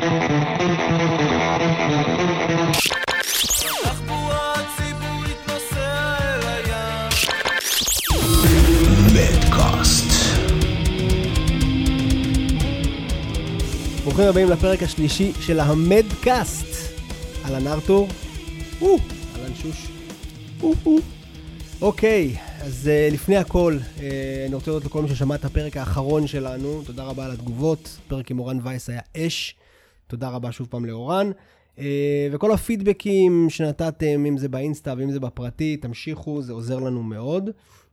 התחבורה הציבורית נוסע אל הים. מדקאסט. ברוכים הבאים לפרק השלישי של המדקאסט. אהלן ארתור. אהלן שוש. אוקיי, אז לפני הכל, אני רוצה לראות לכל מי ששמע את הפרק האחרון שלנו. תודה רבה על התגובות. פרק עם אורן וייס היה אש. תודה רבה שוב פעם לאורן. וכל הפידבקים שנתתם, אם זה באינסטה ואם זה בפרטי, תמשיכו, זה עוזר לנו מאוד.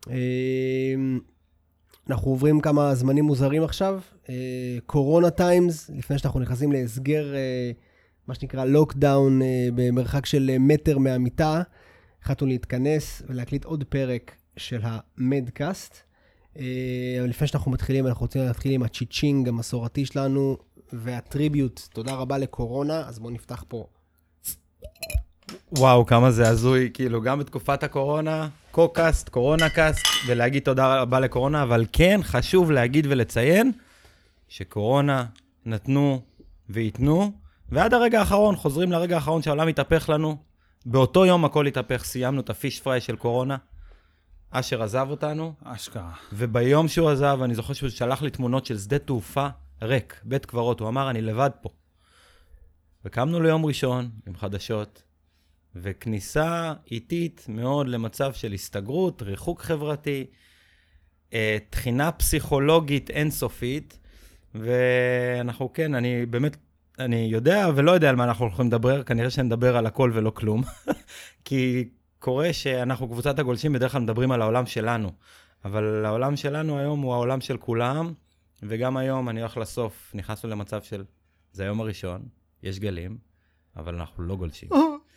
אנחנו עוברים כמה זמנים מוזרים עכשיו. קורונה טיימס, לפני שאנחנו נכנסים להסגר, מה שנקרא לוקדאון, במרחק של מטר מהמיטה. החלטנו להתכנס ולהקליט עוד פרק של המדקאסט. לפני שאנחנו מתחילים, אנחנו רוצים להתחיל עם הצ'יצ'ינג המסורתי שלנו, והטריביוט. תודה רבה לקורונה, אז בואו נפתח פה. וואו, כמה זה הזוי, כאילו גם בתקופת הקורונה, קוקאסט, קורונה-קאסט, ולהגיד תודה רבה לקורונה, אבל כן חשוב להגיד ולציין, שקורונה נתנו ויתנו, ועד הרגע האחרון, חוזרים לרגע האחרון שהעולם התהפך לנו, באותו יום הכל התהפך, סיימנו את הפיש פריי של קורונה, אשר עזב אותנו, אשכרה. וביום שהוא עזב, אני זוכר שהוא שלח לי תמונות של שדה תעופה ריק, בית קברות, הוא אמר, אני לבד פה. וקמנו ליום ראשון עם חדשות, וכניסה איטית מאוד למצב של הסתגרות, ריחוק חברתי, תחינה פסיכולוגית אינסופית, ואנחנו כן, אני באמת, אני יודע ולא יודע על מה אנחנו הולכים לדבר, כנראה שנדבר על הכל ולא כלום, כי קורה שאנחנו קבוצת הגולשים בדרך כלל מדברים על העולם שלנו, אבל העולם שלנו היום הוא העולם של כולם, וגם היום אני הולך לסוף, נכנסנו למצב של, זה היום הראשון, יש גלים, אבל אנחנו לא גולשים.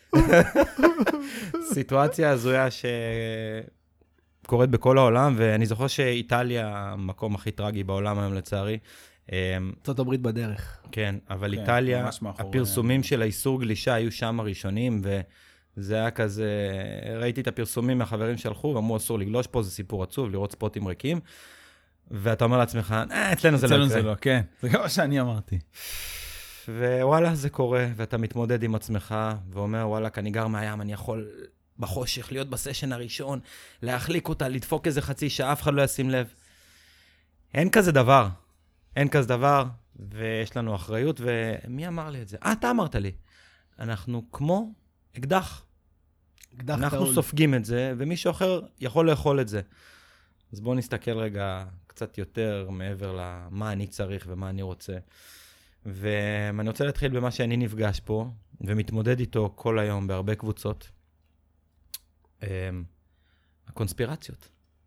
סיטואציה הזויה שקורית בכל העולם, ואני זוכר שאיטליה, המקום הכי טרגי בעולם היום לצערי. ארצות הברית בדרך. כן, אבל איטליה, הפרסומים של האיסור גלישה היו שם הראשונים, וזה היה כזה, ראיתי את הפרסומים מהחברים שהלכו, ואמרו אסור לגלוש פה, זה סיפור עצוב, לראות ספוטים ריקים, ואתה אומר לעצמך, אצלנו זה לא יקרה. אצלנו זה לא, כן. זה גם מה שאני אמרתי. ווואלה, זה קורה, ואתה מתמודד עם עצמך, ואומר, וואלה, אני גר מהים, אני יכול בחושך להיות בסשן הראשון, להחליק אותה, לדפוק איזה חצי שעה, אף אחד לא ישים לב. אין כזה דבר, ויש לנו אחריות, ומי אמר לי את זה? אתה אמרת לי. אנחנו כמו אקדח. אנחנו סופגים את זה, ומישהו אחר יכול לאכול את זה. אז בואו נסתכל רגע קצת יותר מעבר למה אני צריך ומה אני רוצה. ואני רוצה להתחיל במה שאני נפגש פה, ומתמודד איתו כל היום בהרבה קבוצות. הקונספירציות.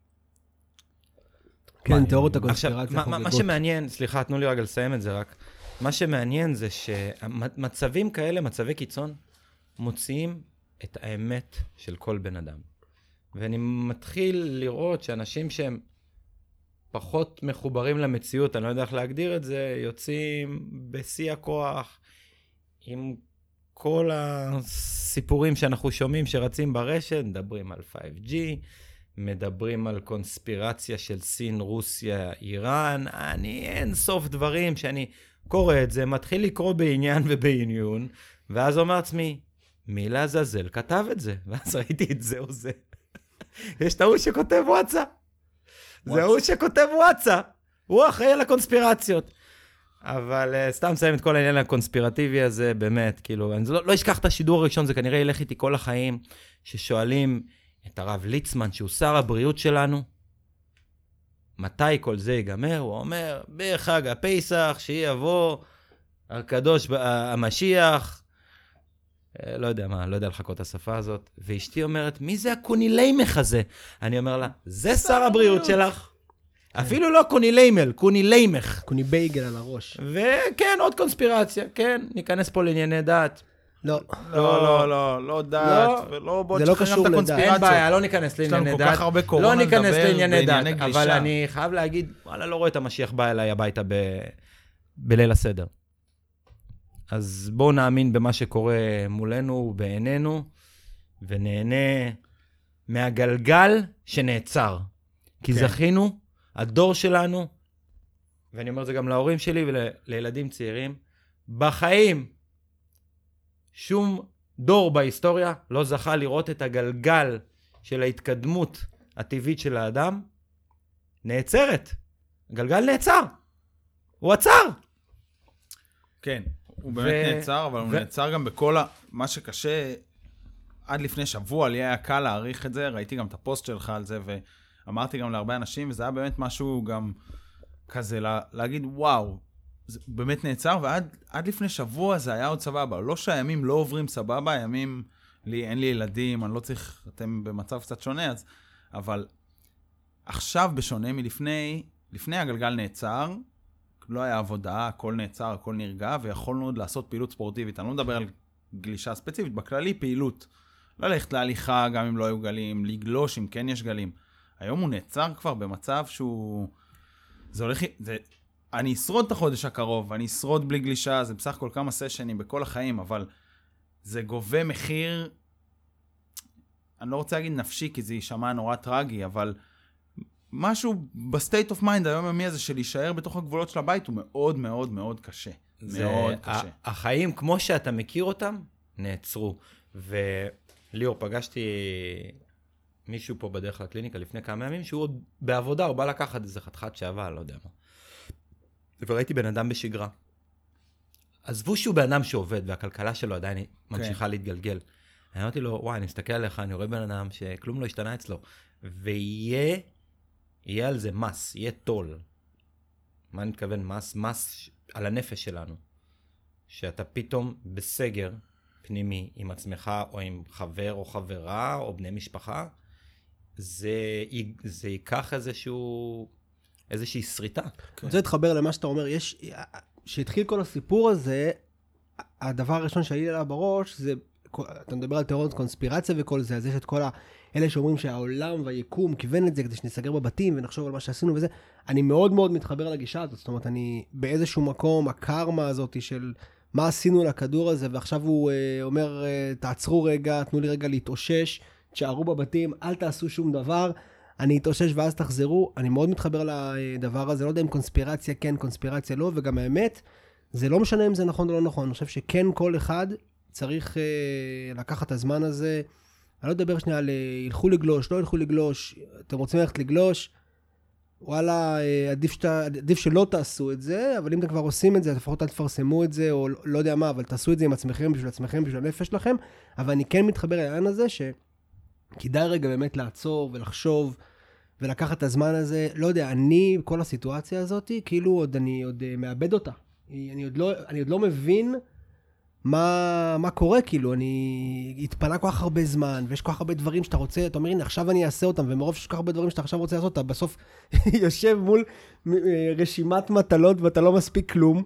כן, תיאוריות הקונספירציה. עכשיו, מה שמעניין, סליחה, תנו לי רגע לסיים את זה רק, מה שמעניין זה שמצבים כאלה, מצבי קיצון, מוציאים את האמת של כל בן אדם. ואני מתחיל לראות שאנשים שהם פחות מחוברים למציאות, אני לא יודע איך להגדיר את זה, יוצאים בשיא הכוח, עם כל הסיפורים שאנחנו שומעים שרצים ברשת, מדברים על 5G, מדברים על קונספירציה של סין, רוסיה, איראן, אין סוף דברים שאני קורא את זה, מתחיל לקרוא בעניין ובעניון, ואז אומר עצמי, מי לעזאזל כתב את זה? ואז ראיתי את זה או זה. יש את ההוא שכותב וואטסאפ. זה הוא שכותב וואטסאפ. הוא אחראי על הקונספירציות. אבל סתם מסיים את כל העניין הקונספירטיבי הזה, באמת, כאילו, אני לא אשכח את השידור הראשון, זה כנראה ילך איתי כל החיים, ששואלים את הרב ליצמן, שהוא שר הבריאות שלנו, מתי כל זה ייגמר? הוא אומר, בחג הפסח, שיבוא הקדוש המשיח, לא יודע מה, לא יודע לחכות את השפה הזאת, ואשתי אומרת, מי זה הקוניליימך הזה? אני אומר לה, זה שר הבריאות שלך. אפילו לא קוניליימל, קוניליימך. קוני בייגל על הראש. וכן, עוד קונספירציה, כן, ניכנס פה לענייני דת. לא. לא דת, ולא בוא זה לא קשור לדת. אין בעיה, לא ניכנס לענייני דת. יש לנו כל כך הרבה קורונה לא ניכנס לענייני דת, גלישה. אבל אני חייב להגיד, וואלה, לא רואה את המשיח בא אליי הביתה בליל הסדר. אז בואו נאמין במה שקורה מולנו ובעינינו, ונהנה מהגלגל שנעצר. כי זכינו, הדור שלנו, ואני אומר את זה גם להורים שלי ולילדים צעירים, בחיים, שום דור בהיסטוריה לא זכה לראות את הגלגל של ההתקדמות הטבעית של האדם נעצרת. הגלגל נעצר. הוא עצר. כן, הוא באמת נעצר, אבל הוא נעצר גם בכל מה שקשה. עד לפני שבוע לי היה קל להעריך את זה, ראיתי גם את הפוסט שלך על זה, ואמרתי גם להרבה אנשים, וזה היה באמת משהו גם כזה, להגיד, וואו, זה באמת נעצר, ועד לפני שבוע זה היה עוד סבבה. לא שהימים לא עוברים סבבה, הימים, אין לי ילדים, אני לא צריך, אתם במצב קצת שונה, אז, אבל עכשיו בשונה לפני הגלגל נעצר, לא היה עבודה, הכל נעצר, הכל נרגע, ויכולנו עוד לעשות פעילות ספורטיבית. אני לא מדבר על גלישה ספציפית, בכללי פעילות. ללכת להליכה גם אם לא היו גלים, לגלוש אם כן יש גלים. היום הוא נעצר כבר במצב שהוא... אני אשרוד את החודש הקרוב, אני אשרוד בלי גלישה, זה בסך הכל כמה סשנים בכל החיים, אבל זה גובה מחיר, אני לא רוצה להגיד נפשי, כי זה יישמע נורא טרגי, אבל משהו בסטייט אוף מיינד היומיומי הזה של להישאר בתוך הגבולות של הבית הוא מאוד מאוד מאוד קשה. מאוד קשה. החיים כמו שאתה מכיר אותם, נעצרו. וליאור, פגשתי מישהו פה בדרך לקליניקה לפני כמה ימים, שהוא עוד בעבודה, הוא בא לקחת איזה חתיכת שעבה, לא יודע מה. וראיתי בן אדם בשגרה. עזבו שהוא בן אדם שעובד, והכלכלה שלו עדיין ממשיכה להתגלגל. אני אמרתי לו, וואי, אני מסתכל עליך, אני רואה בן אדם שכלום לא השתנה אצלו. ויהיה על זה מס, יהיה טול. מה אני מתכוון? מס על הנפש שלנו. שאתה פתאום בסגר פנימי עם עצמך, או עם חבר או חברה, או בני משפחה, זה ייקח איזושהי שריטה. אני רוצה להתחבר למה שאתה אומר, שהתחיל כל הסיפור הזה, הדבר הראשון שהיה לה בראש, זה, אתה מדבר על תיאוריות קונספירציה וכל זה, אז יש את כל אלה שאומרים שהעולם והיקום כיוון את זה, כדי שנסגר בבתים ונחשוב על מה שעשינו וזה. אני מאוד מאוד מתחבר לגישה הזאת, זאת אומרת, אני באיזשהו מקום, הקרמה הזאת של מה עשינו לכדור הזה, ועכשיו הוא אומר, תעצרו רגע, תנו לי רגע להתאושש, תשארו בבתים, אל תעשו שום דבר, אני אתאושש ואז תחזרו. אני מאוד מתחבר לדבר הזה, לא יודע אם קונספירציה כן, קונספירציה לא, וגם האמת, זה לא משנה אם זה נכון או לא נכון, אני חושב שכן כל אחד צריך לקחת את הזמן הזה, אני לא אדבר שנייה על ילכו לגלוש, לא ילכו לגלוש, אתם רוצים ללכת לגלוש, וואלה, עדיף שלא תעשו את זה, אבל אם אתם כבר עושים את זה, לפחות אל תפרסמו את זה, או לא יודע מה, אבל תעשו את זה עם עצמכם, בשביל עצמכם, בשביל הנפש שלכם, אבל אני כן מתחבר לעניין הזה, שכדאי רגע באמת לעצור ולחשוב, ולקחת את הזמן הזה, לא יודע, אני, כל הסיטואציה הזאת, כאילו אני עוד מאבד אותה. אני עוד לא מבין מה קורה, כאילו, אני התפנה כל כך הרבה זמן, ויש כל כך הרבה דברים שאתה רוצה, אתה אומר, הנה, עכשיו אני אעשה אותם, ומרוב שיש כל כך הרבה דברים שאתה עכשיו רוצה לעשות, אתה בסוף יושב מול רשימת מטלות, ואתה לא מספיק כלום,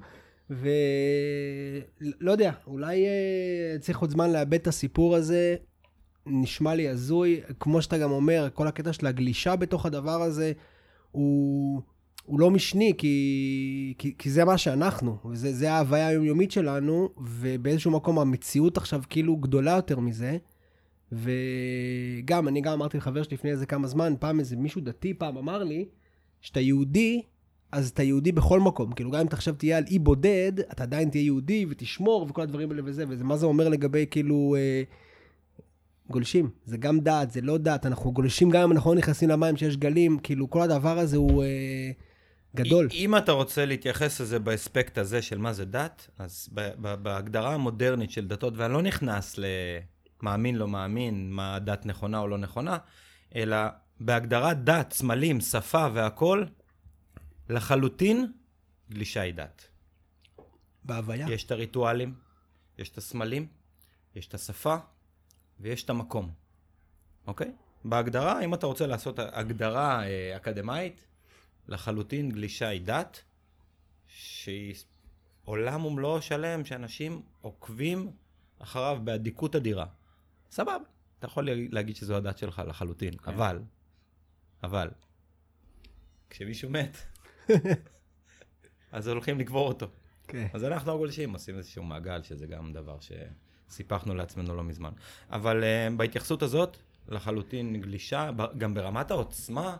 ולא יודע, אולי צריך עוד זמן לאבד את הסיפור הזה, נשמע לי הזוי, כמו שאתה גם אומר, כל הקטע של הגלישה בתוך הדבר הזה, הוא לא משני, כי זה מה שאנחנו, וזה ההוויה היומיומית שלנו, ובאיזשהו מקום המציאות עכשיו כאילו גדולה יותר מזה, וגם, אני גם אמרתי לחבר שלי לפני איזה כמה זמן, פעם איזה מישהו דתי פעם אמר לי, שאתה יהודי, אז אתה יהודי בכל מקום, כאילו גם אם אתה עכשיו תהיה על אי בודד, אתה עדיין תהיה יהודי ותשמור וכל הדברים האלה וזה, ומה זה אומר לגבי כאילו גולשים, זה גם דעת, זה לא דעת, אנחנו גולשים גם אם אנחנו לא נכנסים למים שיש גלים, כאילו כל הדבר הזה הוא גדול. אם אתה רוצה להתייחס לזה באספקט הזה של מה זה דת, אז בהגדרה המודרנית של דתות, ואני לא נכנס למאמין לא מאמין, מה דת נכונה או לא נכונה, אלא בהגדרת דת, סמלים, שפה והכל, לחלוטין גלישה היא דת. בהוויה. יש את הריטואלים, יש את הסמלים, יש את השפה, ויש את המקום. אוקיי? בהגדרה, אם אתה רוצה לעשות הגדרה אקדמית, לחלוטין גלישה היא דת, שהיא עולם ומלואו שלם, שאנשים עוקבים אחריו באדיקות אדירה. סבבה, אתה יכול להגיד שזו הדת שלך לחלוטין, okay. אבל, כשמישהו מת, אז הולכים לקבור אותו. Okay. אז אנחנו הגולשים עושים איזשהו מעגל, שזה גם דבר שסיפחנו לעצמנו לא מזמן. אבל בהתייחסות הזאת, לחלוטין גלישה, גם ברמת העוצמה,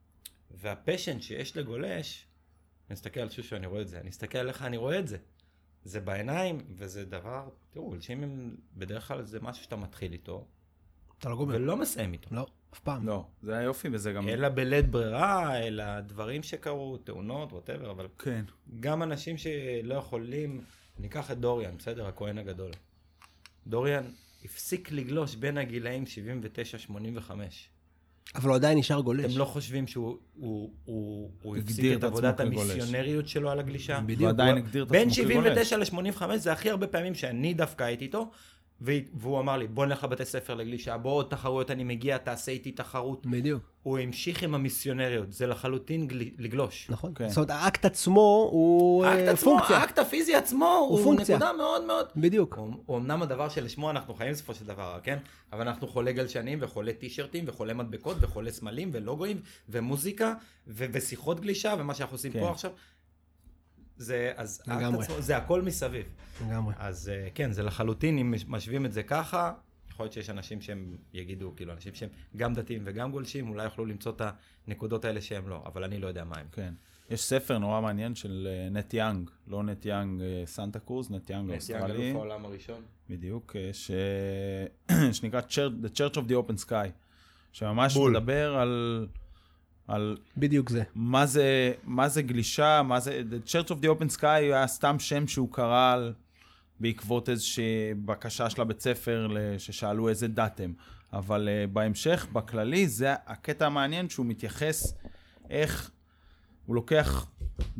והפשן שיש לגולש, אני מסתכל על שושו, אני רואה את זה. אני מסתכל עליך, אני רואה את זה. זה בעיניים, וזה דבר, תראו, גלשים הם בדרך כלל זה משהו שאתה מתחיל איתו, אתה לא גומר. ולא מסיים איתו. לא, אף פעם. לא, זה היופי וזה גם... אלא בלית ברירה, אלא דברים שקרו, תאונות, whatever, אבל כן. גם אנשים שלא יכולים, ניקח את דוריאן, בסדר? הכהן הגדול. דוריאן הפסיק לגלוש בין הגילאים 79-85. אבל הוא עדיין נשאר גולש. אתם לא חושבים שהוא הפסיק הגדיר את את עצמו עבודת כגולש. המיסיונריות שלו על הגלישה? בדיוק. הוא עדיין הגדיר את עצמו בין כגולש. 79 ל-85 זה הכי הרבה פעמים שאני דווקא הייתי איתו, והוא אמר לי, בוא נלך לבתי ספר לגלישה, בוא עוד תחרויות, אני מגיע, תעשה איתי תחרות. בדיוק. הוא המשיך עם המיסיונריות, זה לחלוטין לגלוש. נכון. כן. זאת אומרת, האקט עצמו הוא פונקציה. האקט הפיזי עצמו הוא פונקציה. נקודה מאוד מאוד. בדיוק. הוא אמנם הדבר שלשמו אנחנו חיים בסופו של דבר, כן? אבל אנחנו חולי גלשנים וחולי טישרטים וחולי מדבקות וחולי סמלים ולוגויים ומוזיקה ושיחות גלישה ומה שאנחנו עושים כן. פה עכשיו. אז האקט לגמרי. עצמו, זה הכל מסביב. לגמרי. אז כן, זה לחלוטין, אם משווים את זה ככה, יכול להיות שיש אנשים שהם יגידו, כאילו, אנשים שהם גם דתיים וגם גולשים, אולי יוכלו למצוא את הנקודות האלה שהם לא, אבל אני לא יודע מה הם. כן. יש ספר נורא מעניין של נט יאנג, לא נט יאנג סנטה קרוז, נט יאנג האוסטרלי. אלוף העולם הראשון. בדיוק, שנקרא The Church of the Open Sky, שממש מדבר על בדיוק זה. מה זה גלישה, The Church of the Open Sky היה סתם שם שהוא קרא בעקבות איזושהי בקשה של הבית ספר ששאלו איזה דת הם. אבל בהמשך, בכללי, זה הקטע המעניין שהוא מתייחס איך הוא לוקח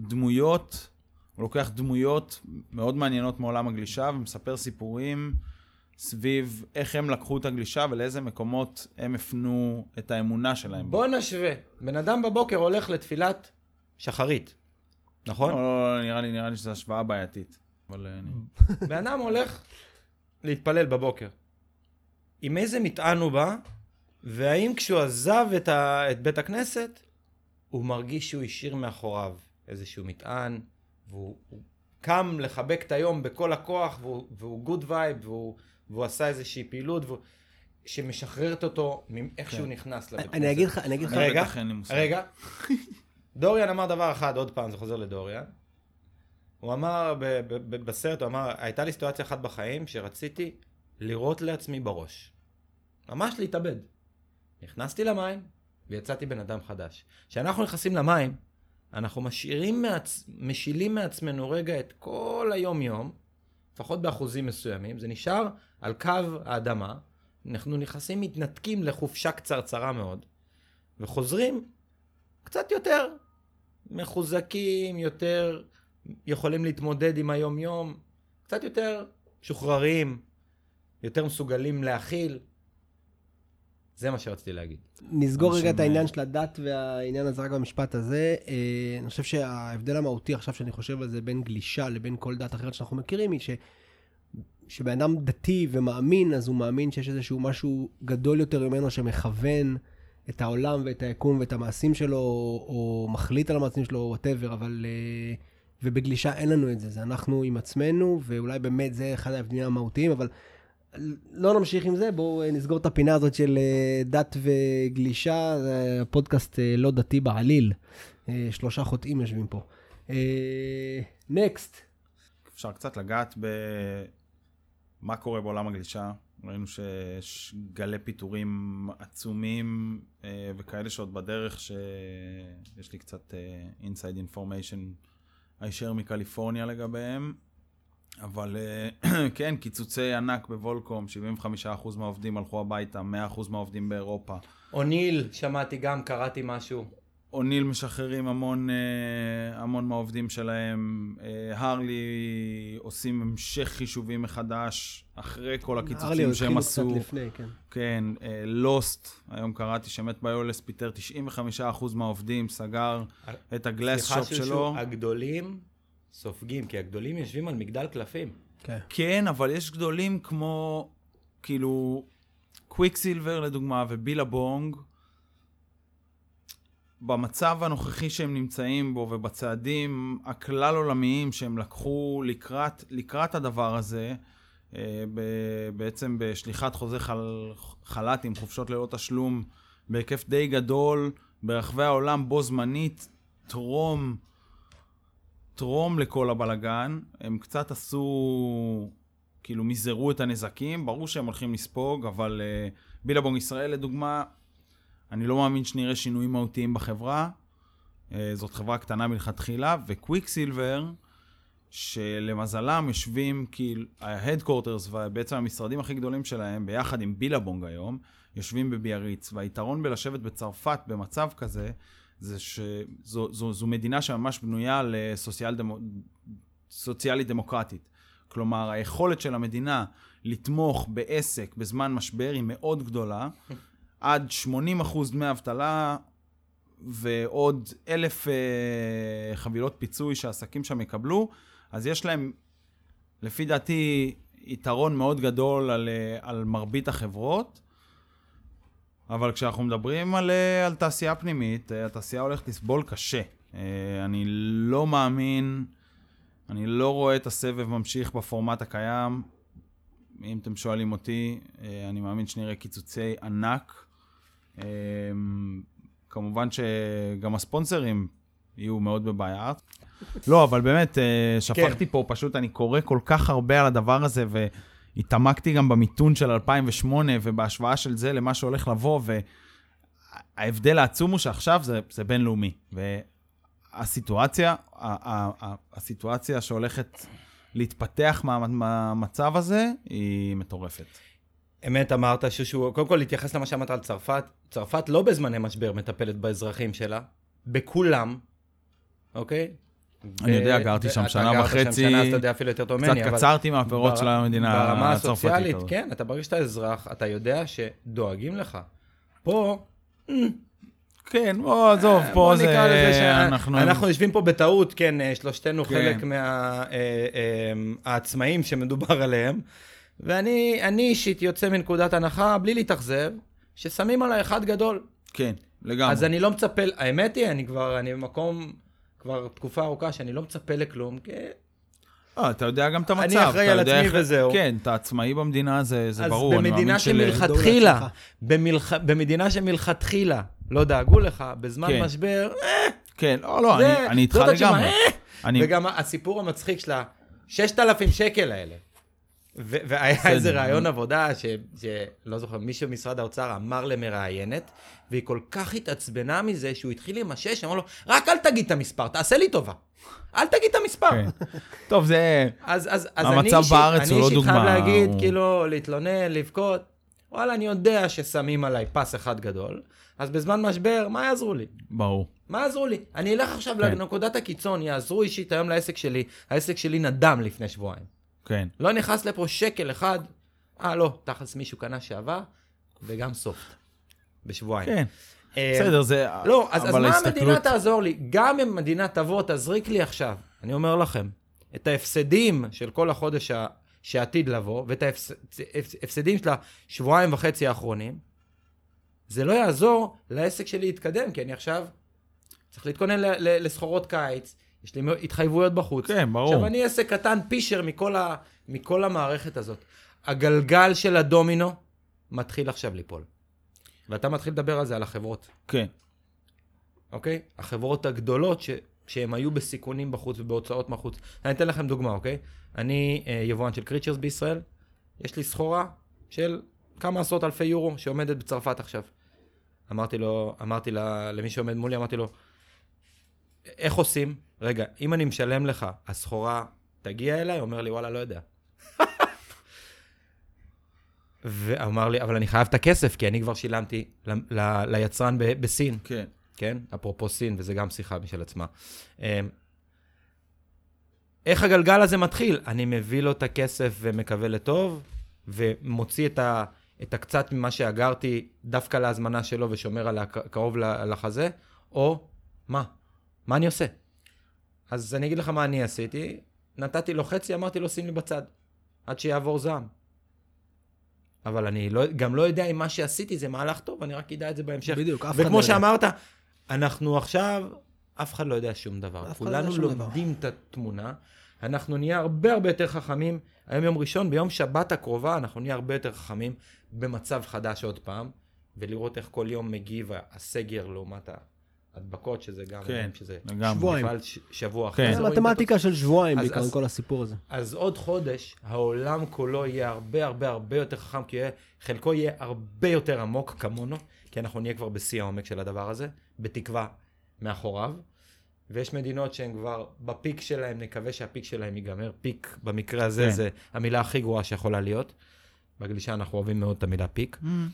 דמויות מאוד מעניינות מעולם הגלישה ומספר סיפורים סביב איך הם לקחו את הגלישה ולאיזה מקומות הם הפנו את האמונה שלהם. בוא נשווה. בן אדם בבוקר הולך לתפילת שחרית, נכון? לא, נראה לי שזו השוואה בעייתית. אבל בן אדם הולך להתפלל בבוקר. עם איזה מטען הוא בא, והאם כשהוא עזב את בית הכנסת, הוא מרגיש שהוא השאיר מאחוריו איזשהו מטען, והוא קם לחבק את היום בכל הכוח, והוא גוד וייב, והוא עשה איזושהי פעילות, שמשחררת אותו מאיך שהוא נכנס לבית הכנסת. אני אגיד לך. רגע. דוריאן אמר דבר אחד, עוד פעם, זה חוזר לדוריאן. הוא אמר, בסרט, הוא אמר, הייתה לי סיטואציה אחת בחיים שרציתי לראות לעצמי בראש. ממש להתאבד. נכנסתי למים ויצאתי בן אדם חדש. כשאנחנו נכנסים למים, אנחנו משילים מעצמנו רגע את כל היום-יום, לפחות באחוזים מסוימים, זה נשאר על קו האדמה, אנחנו נכנסים, מתנתקים לחופשה קצרצרה מאוד, וחוזרים קצת יותר מחוזקים, יותר יכולים להתמודד עם היום-יום, קצת יותר שוחררים, יותר מסוגלים להכיל. זה מה שרציתי להגיד. נסגור רגע את העניין של הדת והעניין הזה רק במשפט הזה. אני חושב שההבדל המהותי עכשיו שאני חושב על זה בין גלישה לבין כל דת אחרת שאנחנו מכירים, היא שבן אדם דתי ומאמין, אז הוא מאמין שיש איזשהו משהו גדול יותר ממנו שמכוון את העולם ואת היקום ואת המעשים שלו, או מחליט על המעשים שלו, whatever, אבל... ובגלישה אין לנו את זה. זה אנחנו עם עצמנו, ואולי באמת זה אחד ההבדלים המהותיים, אבל לא נמשיך עם זה. בואו נסגור את הפינה הזאת של דת וגלישה. זה פודקאסט לא דתי בעליל. 3 חוטאים יושבים פה. נקסט. אפשר קצת לגעת במה קורה בעולם הגלישה. ראינו שיש גלי פיטורים עצומים וכאלה שעוד בדרך, שיש לי קצת inside information הישר מקליפורניה לגביהם. אבל כן, קיצוצי ענק בוולקום, 75% מהעובדים הלכו הביתה, 100% מהעובדים באירופה. אוניל, שמעתי גם, קראתי משהו. אוניל משחררים המון מהעובדים שלהם. הרלי עושים המשך חישובים מחדש, אחרי כל הקיצוצים שהם עשו. לפני, כן. כן, לוסט, היום קראתי שמת ביולס, פיטר 95% מהעובדים, סגר את הגלאס שופ שלו. הגדולים סופגים, כי הגדולים יושבים על מגדל קלפים. כן, אבל יש גדולים כמו, כאילו, קוויקסילבר לדוגמה, ובילבונג, במצב הנוכחי שהם נמצאים בו, ובצעדים הכלל עולמיים שהם לקחו לקראת הדבר הזה, בעצם בשליחת חוזה חל"ת עם חופשות ללא תשלום, בהיקף די גדול, ברחבי העולם בו זמנית, טרום לתרום לכל הבלגן, הם קצת עשו, כאילו מזערו את הנזקים, ברור שהם הולכים לספוג, אבל בילבונג ישראל לדוגמה, אני לא מאמין שנראה שינויים מהותיים בחברה, זאת חברה קטנה מלכתחילה, וקוויקסילבר, שלמזלם יושבים, כאילו, ההדקורטרס ובעצם המשרדים הכי גדולים שלהם, ביחד עם בילבונג היום, יושבים בביאריץ, והיתרון בלשבת בצרפת במצב כזה, זה שזו מדינה שממש בנויה לסוציאלית דמוקרטית. כלומר, היכולת של המדינה לתמוך בעסק בזמן משבר היא מאוד גדולה, עד 80% דמי אבטלה, ועוד 1,000 חבילות פיצוי שהעסקים שם יקבלו, אז יש להם, לפי דעתי, יתרון מאוד גדול על מרבית החברות, אבל כשאנחנו מדברים על תעשייה פנימית, התעשייה הולכת לסבול קשה. אני לא מאמין, אני לא רואה את הסבב ממשיך בפורמט הקיים. אם אתם שואלים אותי, אני מאמין שנראה קיצוצי ענק. כמובן שגם הספונסרים יהיו מאוד בבעיה. לא, אבל באמת, שפכתי פה, פשוט אני קורא כל כך הרבה על הדבר הזה, והתעמקתי גם במיתון של 2008, ובהשוואה של זה למה שהולך לבוא, וההבדל העצום הוא שעכשיו זה בינלאומי. הסיטואציה שהולכת להתפתח מהמצב הזה, היא מטורפת. אמת אמרת שהוא, קודם כל להתייחס למה שאמרת על צרפת, צרפת לא בזמני משבר מטפלת באזרחים שלה, בכולם, אוקיי? אני יודע, גרתי שם שנה וחצי, אז אתה יודע אפילו יותר טוב ממני, קצת קצרתי מהפירות של המדינה הצרפתית. ברמה הסוציאלית, כן, אתה ברגע שאתה אזרח, אתה יודע שדואגים לך. פה, כן, עזוב, פה זה, אנחנו יושבים פה בטעות, כן, שלושתנו חלק מהעצמאים שמדובר עליהם, ואני אישית יוצא מנקודת הנחה, בלי להתאכזב, ששמים עליי אחד גדול. כן, לגמרי. אז אני לא מצפה, האמת היא, אני במקום, כבר תקופה ארוכה, שאני לא מצפה לכלום, כי... אתה יודע גם את המצב. אני אחראי על עצמי וזהו. כן, אתה עצמאי במדינה, זה ברור. אז במדינה שמלכתחילה לא דאגו לך, בזמן משבר, כן, לא, אני איתך לגמרי. וגם הסיפור המצחיק שלה, 6,000 שקל האלה. והיה איזה רעיון עבודה, שלא זוכר, מישהו במשרד האוצר אמר למראיינת, והיא כל כך התעצבנה מזה, שהוא התחיל למשש, אמר לו, רק אל תגיד את המספר, תעשה לי טובה. אל תגיד את המספר. טוב, זה... המצב בארץ הוא לא דוגמה. אני אישית חייב להגיד, כאילו, להתלונן, לבכות. וואלה, אני יודע ששמים עליי פס אחד גדול, אז בזמן משבר, מה יעזרו לי? ברור. מה יעזרו לי? אני אלך עכשיו לנקודת הקיצון, יעזרו אישית היום לעסק שלי. העסק שלי נדם לפני שבועיים. כן. לא נכנס לפה שקל אחד, לא, תחס מישהו קנה שעבר, וגם סופט. בשבועיים. כן. בסדר, זה... לא, אז מה המדינה תעזור לי? גם אם המדינה תבוא, תזריק לי עכשיו. אני אומר לכם, את ההפסדים של כל החודש שעתיד לבוא, ואת ההפסדים של השבועיים וחצי האחרונים, זה לא יעזור לעסק שלי להתקדם, כי אני עכשיו צריך להתכונן לסחורות קיץ, יש לי התחייבויות בחוץ. כן, ברור. עכשיו אני עסק קטן פישר מכל המערכת הזאת. הגלגל של הדומינו מתחיל עכשיו ליפול. ואתה מתחיל לדבר על זה, על החברות. כן. אוקיי? החברות הגדולות שהן היו בסיכונים בחוץ ובהוצאות מחוץ. אני אתן לכם דוגמה, אוקיי? אני יבואן של קריצ'רס בישראל, יש לי סחורה של כמה עשרות אלפי יורו שעומדת בצרפת עכשיו. אמרתי למי שעומד מולי, אמרתי לו, איך עושים? רגע, אם אני משלם לך, הסחורה תגיע אליי? אומר לי, וואלה, לא יודע. ואמר לי, אבל אני חייב את הכסף, כי אני כבר שילמתי ליצרן בסין. כן. כן? אפרופו סין, וזה גם שיחה בשביל עצמה. איך הגלגל הזה מתחיל? אני מביא לו את הכסף ומקווה לטוב, ומוציא את הקצת ממה שאגרתי דווקא להזמנה שלו, ושומר עליה קרוב לחזה, או מה? מה אני עושה? אז אני אגיד לך מה אני עשיתי, נתתי לו חצי, אמרתי לו שים לי בצד, עד שיעבור זעם. אבל אני גם לא יודע אם מה שעשיתי זה מהלך טוב, אני רק אדע את זה בהמשך. בדיוק, אף אחד לא יודע. וכמו שאמרת, אנחנו עכשיו, אף אחד לא יודע שום דבר. כולנו לומדים את התמונה, אנחנו נהיה הרבה יותר חכמים, היום יום ראשון, ביום שבת הקרובה, אנחנו נהיה הרבה יותר חכמים, במצב חדש עוד פעם, ולראות איך כל יום מגיב הסגר לעומת הדבקות, שזה גם, כן, שזה לגמרי. בכלל שבוע אחרי. כן. זה מתמטיקה של שבועיים, אז- בעיקרון אז- כל הסיפור הזה. אז עוד חודש, העולם כולו יהיה הרבה הרבה הרבה יותר חכם, כי חלקו יהיה הרבה יותר עמוק כמונו, כי אנחנו נהיה כבר בשיא העומק של הדבר הזה, בתקווה מאחוריו, ויש מדינות שהן כבר בפיק שלהם, נקווה שהפיק שלהם ייגמר, פיק במקרה הזה כן. זה המילה הכי גרועה שיכולה להיות, בגלישה אנחנו אוהבים מאוד את המילה פיק.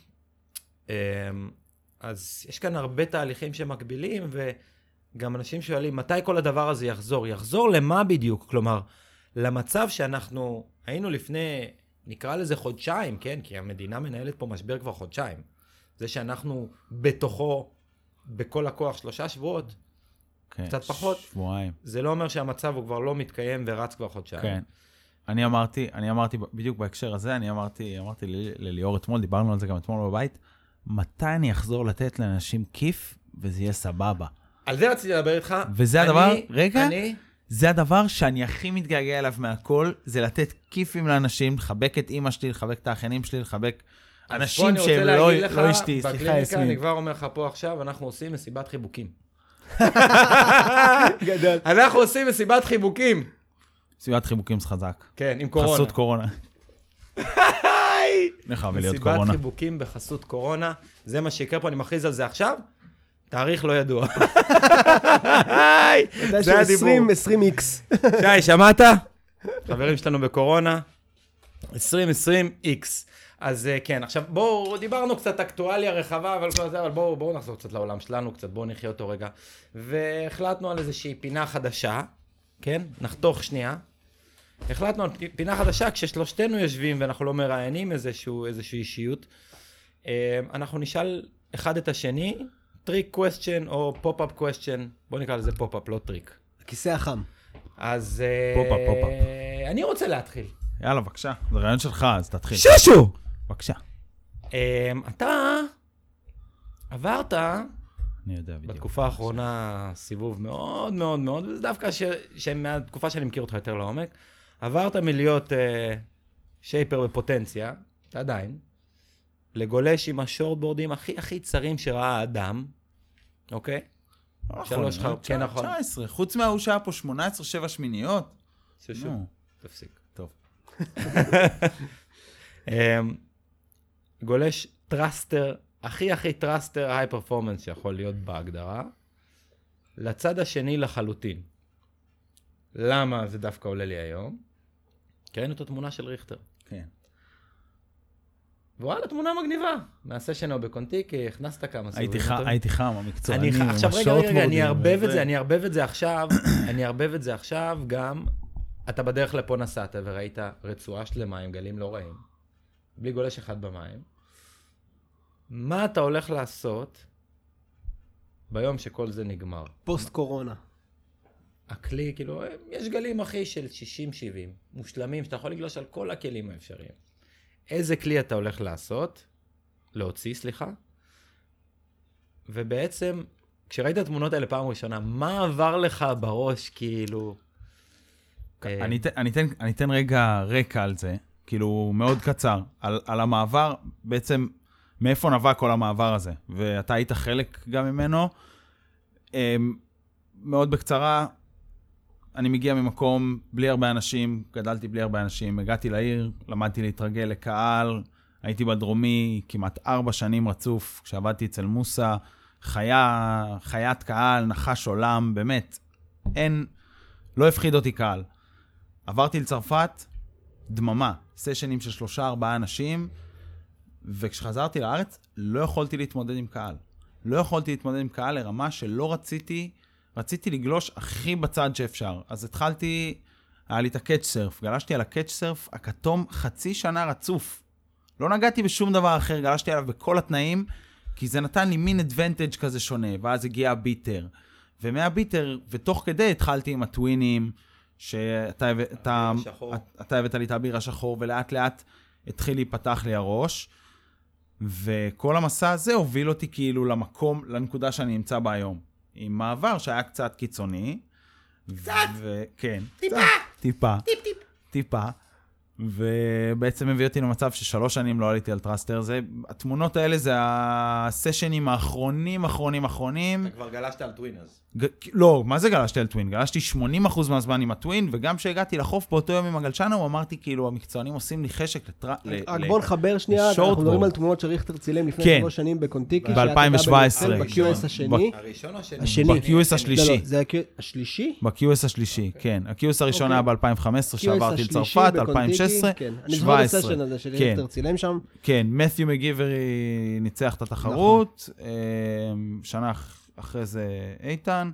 אז יש כאן הרבה תהליכים שמקבילים, וגם אנשים שואלים, מתי כל הדבר הזה יחזור? יחזור למה בדיוק? כלומר, למצב שאנחנו היינו לפני, נקרא לזה חודשיים, כן? כי המדינה מנהלת פה משבר כבר חודשיים. זה שאנחנו בתוכו, בכל הכוח 3 שבועות, כן, קצת פחות. שבועיים. זה לא אומר שהמצב הוא כבר לא מתקיים ורץ כבר חודשיים. כן. אני אמרתי בדיוק בהקשר הזה, אני אמרתי לליאור אתמול, דיברנו על זה גם אתמול בבית, מתי אני אחזור לתת לאנשים כיף, וזה יהיה סבבה. על זה רציתי לדבר איתך. וזה הדבר, רגע, אני... זה הדבר שאני הכי מתגעגע אליו מהכל, זה לתת כיפים לאנשים, לחבק את אמא שלי, לחבק את האחיינים שלי, לחבק אנשים שהם לא אשתי, סליחה בקליניקה, אני יסמין. כבר אומר לך פה עכשיו, אנחנו עושים מסיבת חיבוקים. גדול. אנחנו עושים מסיבת חיבוקים. מסיבת חיבוקים זה חזק. כן, עם קורונה. חסות קורונה. נחם להיות מסיבת קורונה. חיבוקים בחסות קורונה. זה מה שיקרה פה, אני מכריז על זה עכשיו. תאריך לא ידוע. זה הדיבור. 20x. שי, שמעת? חברים שלנו בקורונה. 2020X. אז כן, עכשיו בואו, דיברנו קצת אקטואליה רחבה, אבל כל זה, אבל בואו נחזור קצת לעולם שלנו, קצת בואו נחיה אותו רגע. והחלטנו על איזושהי פינה חדשה, כן? נחתוך שנייה. החלטנו על פינה חדשה, כששלושתנו יושבים ואנחנו לא מראיינים איזושהי אישיות, אנחנו נשאל אחד את השני, טריק קווסטשן או פופ-אפ קווסטשן, בואו נקרא לזה פופ-אפ, לא טריק. הכיסא החם. אז פופ-אפ. אני רוצה להתחיל. יאללה, בבקשה. זה רעיון שלך, אז תתחיל. ששו! בבקשה. אתה עברת אני יודע בדיוק. בתקופה האחרונה סיבוב מאוד מאוד מאוד, וזה דווקא מהתקופה שאני מכיר אותך יותר לעומק, עברת מלהיות שייפר בפוטנציה, עדיין, לגולש עם השורטבורדים הכי צרים שראה האדם, אוקיי? שלוש חר... כן, נכון. 19, חוץ מההוא שהיה פה 18, 7 שמיניות. ששו, נו. תפסיק. טוב. גולש טרסטר, הכי טרסטר היי פרפורמנס שיכול להיות בהגדרה, לצד השני לחלוטין. למה זה דווקא עולה לי היום? כי ראינו את התמונה של ריכטר. כן. וואלה, תמונה מגניבה. מהסשן או בקונטיקי, הכנסת כמה סיבובים. הייתי חם, המקצועני. עכשיו רגע, אני אערבב את זה עכשיו גם, אתה בדרך לפה נסעת וראית רצועה שלמה עם גלים לא רעים, בלי גולש אחד במים. מה אתה הולך לעשות ביום שכל זה נגמר? פוסט קורונה. הכלי, כאילו, יש גלים אחי של 60-70, מושלמים, שאתה יכול לגלוש על כל הכלים האפשריים. איזה כלי אתה הולך להוציא, ובעצם, כשראית את התמונות האלה פעם ראשונה, מה עבר לך בראש, כאילו? אני אתן רגע רקע על זה, כאילו מאוד קצר, על המעבר, בעצם מאיפה נבע כל המעבר הזה, ואתה היית חלק גם ממנו. מאוד בקצרה, אני מגיע ממקום בלי הרבה אנשים, גדלתי בלי הרבה אנשים, הגעתי לעיר, למדתי להתרגל לקהל, הייתי בדרומי כמעט 4 שנים רצוף, כשעבדתי אצל מוסה, חיית קהל, נחש עולם, באמת, לא הפחיד אותי קהל. עברתי לצרפת, דממה, סשנים של 3-4 אנשים, וכשחזרתי לארץ, לא יכולתי להתמודד עם קהל. לא יכולתי להתמודד עם קהל לרמה שלא רציתי לגלוש הכי בצד שאפשר. אז התחלתי, היה לי את הקאץ' סרף, גלשתי על הקאץ' סרף הכתום 0.5 שנה רצוף. לא נגעתי בשום דבר אחר, גלשתי עליו בכל התנאים, כי זה נתן לי מין אדוונטג' כזה שונה, ואז הגיע הביטר. ומהביטר, ותוך כדי התחלתי עם הטווינים, שאתה הבאת לי את האביר השחור, ולאט לאט התחיל להיפתח לי הראש, וכל המסע הזה הוביל אותי כאילו למקום, לנקודה שאני נמצא בה היום. עם מעבר שהיה קצת קיצוני. קצת? כן. טיפה. ובעצם הביא אותי למצב ש3 שנים לא עליתי על טרסטר. התמונות האלה זה הסשנים האחרונים. אתה כבר גלשת על טווין אז. לא, מה זה גלשתי על טווין? גלשתי 80% מהזמן עם הטווין, וגם כשהגעתי לחוף באותו יום עם הגלשנה, הוא אמרתי כאילו, המקצוענים עושים לי חשק רק בוא נחבר שנייה, אנחנו מדברים על תמונות שריכטר צילם לפני 3 שנים בקונטיקי. ב-2017. ב-QS השני. הראשון או השני? ב-QS השלישי. זה השלישי? ב-QS השלישי, כן. ה-QS הראשון היה ב-2015, שעברתי לצרפת, 2016, אני זוכר את הסשן הזה שריכטר צילם שם. כן, מת'יו מגיברי ניצח את התחרות, שנה אחרי זה איתן.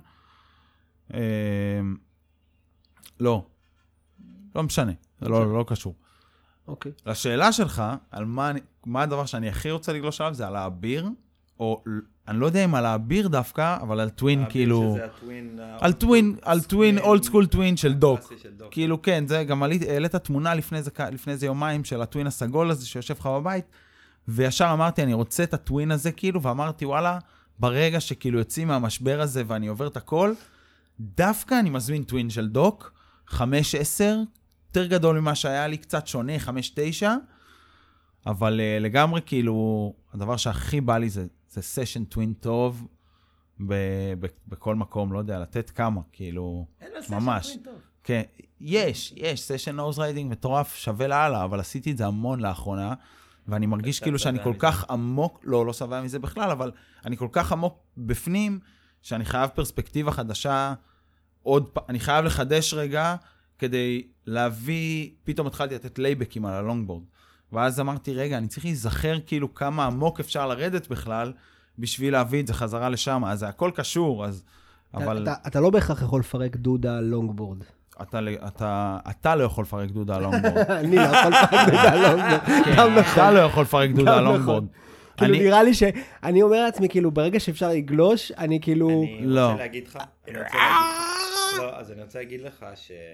לא משנה, זה לא קשור. אוקיי. לשאלה שלך, על מה הדבר שאני הכי רוצה לגלוש עליו, זה על האביר, או אני לא יודע אם על האביר דווקא, אבל על טווין כאילו... על טווין, אולד סקול טווין של דוק. כאילו כן, זה גם העלית תמונה לפני זה יומיים של הטווין הסגול הזה שיושב לך בבית, וישר אמרתי, אני רוצה את הטווין הזה כאילו, ואמרתי וואלה, ברגע שכאילו יוצאים מהמשבר הזה ואני עובר את הכל, דווקא אני מזמין טווין של דוק, 5-10, יותר גדול ממה שהיה לי, קצת שונה, 5-9, אבל לגמרי כאילו, הדבר שהכי בא לי זה סשן טווין טוב, בכל מקום, לא יודע, לתת כמה, כאילו, ממש. כן, יש סשן נוז ריידינג מטורף, שווה להלאה, אבל עשיתי את זה המון לאחרונה, ואני מרגיש כאילו שאני כל כך עמוק, לא שבע מזה בכלל, אבל אני כל כך עמוק בפנים, שאני חייב פרספקטיבה חדשה, אני חייב לחדש רגע, כדי להביא, פתאום התחלתי לתת לייבקים על הלונגבורד, ואז אמרתי, רגע, אני צריך להיזכר כאילו כמה עמוק אפשר לרדת בכלל, בשביל להביא את זה חזרה לשם, אז זה הכל קשור, אז... אבל... אתה לא בהכרח יכול לפרק דודה על לונגבורד. אתה לא יכול לפרק דודה על לונגבורד. אני לא יכול לפרק דודה על לונגבורד. אתה לא יכול לפרק דודה על לונגבורד. כאילו נראה לי שאני אומר לעצמי, כאילו ברגע שאפשר לגלוש, אני כאילו... אני רוצה להגיד לך, לא, אז אני רוצה להגיד לך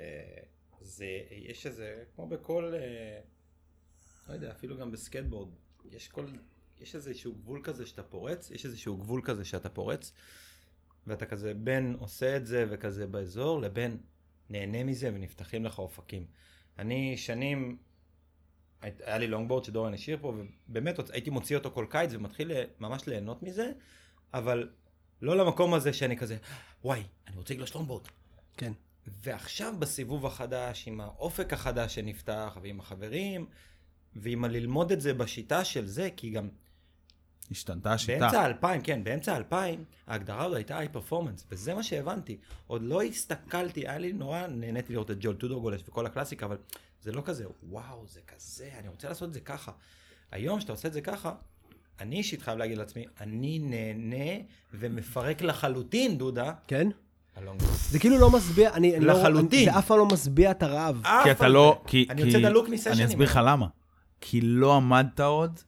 שיש איזה, כמו בכל, לא יודע, אפילו גם בסקייטבורד, יש איזשהו גבול כזה שאתה פורץ, יש איזשהו גבול כזה שאתה פורץ, ואתה כזה בין עושה את זה וכזה באזור, לבין נהנה מזה ונפתחים לך אופקים. אני שנים, היה לי לונגבורד שדורן השאיר פה, ובאמת הייתי מוציא אותו כל קיץ ומתחיל ממש ליהנות מזה, אבל לא למקום הזה שאני כזה, וואי, אני רוצה לגלוש לונגבורד. כן. ועכשיו בסיבוב החדש, עם האופק החדש שנפתח, ועם החברים, ועם ללמוד את זה בשיטה של זה, כי גם... השתנתה השיטה. באמצע 2000, כן, באמצע 2000, ההגדרה עוד הייתה היי פרפורמנס, וזה מה שהבנתי. עוד לא הסתכלתי, היה לי נורא, נהניתי לראות את ג'ול טודור גולש וכל הקלאסיקה, אבל זה לא כזה, וואו, זה כזה, אני רוצה לעשות את זה ככה. היום שאתה עושה את זה ככה, אני אישית חייב להגיד לעצמי, אני נהנה ומפרק לחלוטין, דודה. כן? הלונגבורד. זה כאילו לא משביע, לחלוטין. זה אף פעם לא משביע את הרעב. כי אתה לא, אני יוצא את הלוק מסשנים. אני אסביר לך למה. כי לא עמדת עוד,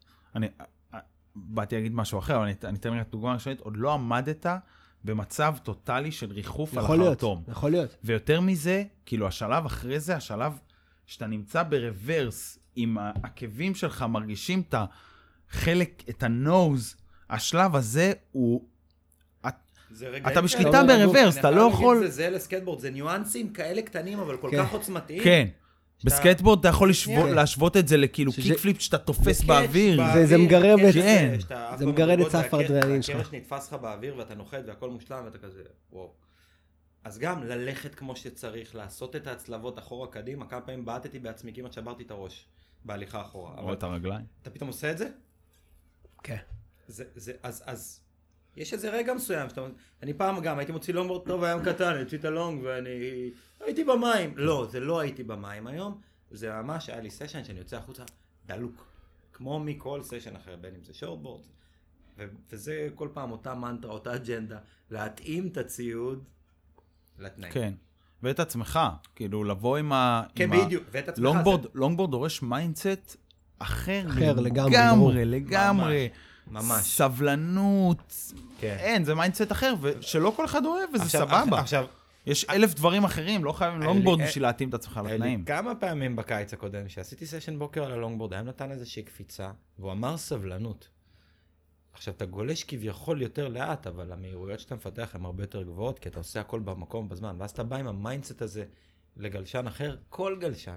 באתי להגיד משהו אחר, אבל אני אתן לך דוגמה ראשונית, עוד לא עמדת במצב טוטלי של ריחוף על החרטום. יכול להיות. ויותר מזה, כאילו השלב אחרי זה, השלב שאתה נמצא ברוורס, עם העקבים שלך מרגישים את החלק, את הנוז, השלב הזה הוא... אתה בשליטה ברוורס, אתה לא יכול... זה לסקייטבורד, זה ניואנסים כאלה קטנים, אבל כל כך עוצמתיים. כן. בסקייטבורד אתה יכול להשוות את זה לכאילו קיקפליפ שאתה תופס באוויר. זה מגרד את סף האדרנלין שלך. הקרש נתפס לך באוויר ואתה נוחת והכל מושלם ואתה כזה, וואו. אז גם ללכת כמו שצריך, לעשות את ההצלבות אחורה קדימה, כמה פעמים בעטתי בעצמי, כמעט שברתי את הראש בהליכה אחורה. או את הרגליים. אתה פתאום עושה את זה? כן. אז יש איזה רגע מסוים, אני פעם גם הייתי מוציא לונגבורד טוב, היום קטן, אני הוציא את הלונג ואני הייתי במים. לא, זה לא הייתי במים היום, זה ממש היה לי סשן שאני יוצא החוצה דלוק, כמו מכל סשן אחר, בין אם זה שורטבורד, וזה כל פעם אותה מנטרה, אותה אג'נדה, להתאים את הציוד לתנאים. כן, ואת עצמך, כאילו לבוא עם כן, בדיוק, ואת עצמך. לונגבורד דורש מיינדסט אחר לגמרי. ממש. סבלנות. כן. אין, זה מיינדסט אחר, שלא כל אחד אוהב, וזה סבבה. עכשיו, יש 1000 דברים אחרים, לא חייבים לונגבורד בשביל להתאים את עצמך לתנאים. כמה פעמים בקיץ הקודם, שעשיתי סשן בוקר על הלונגבורד, היה נתן איזושהי קפיצה, והוא אמר סבלנות. עכשיו, אתה גולש כביכול יותר לאט, אבל המהירויות שאתה מפתח הן הרבה יותר גבוהות, כי אתה עושה הכל במקום, בזמן, ואז אתה בא עם המיינדסט הזה לגלשן אחר, כל גלשן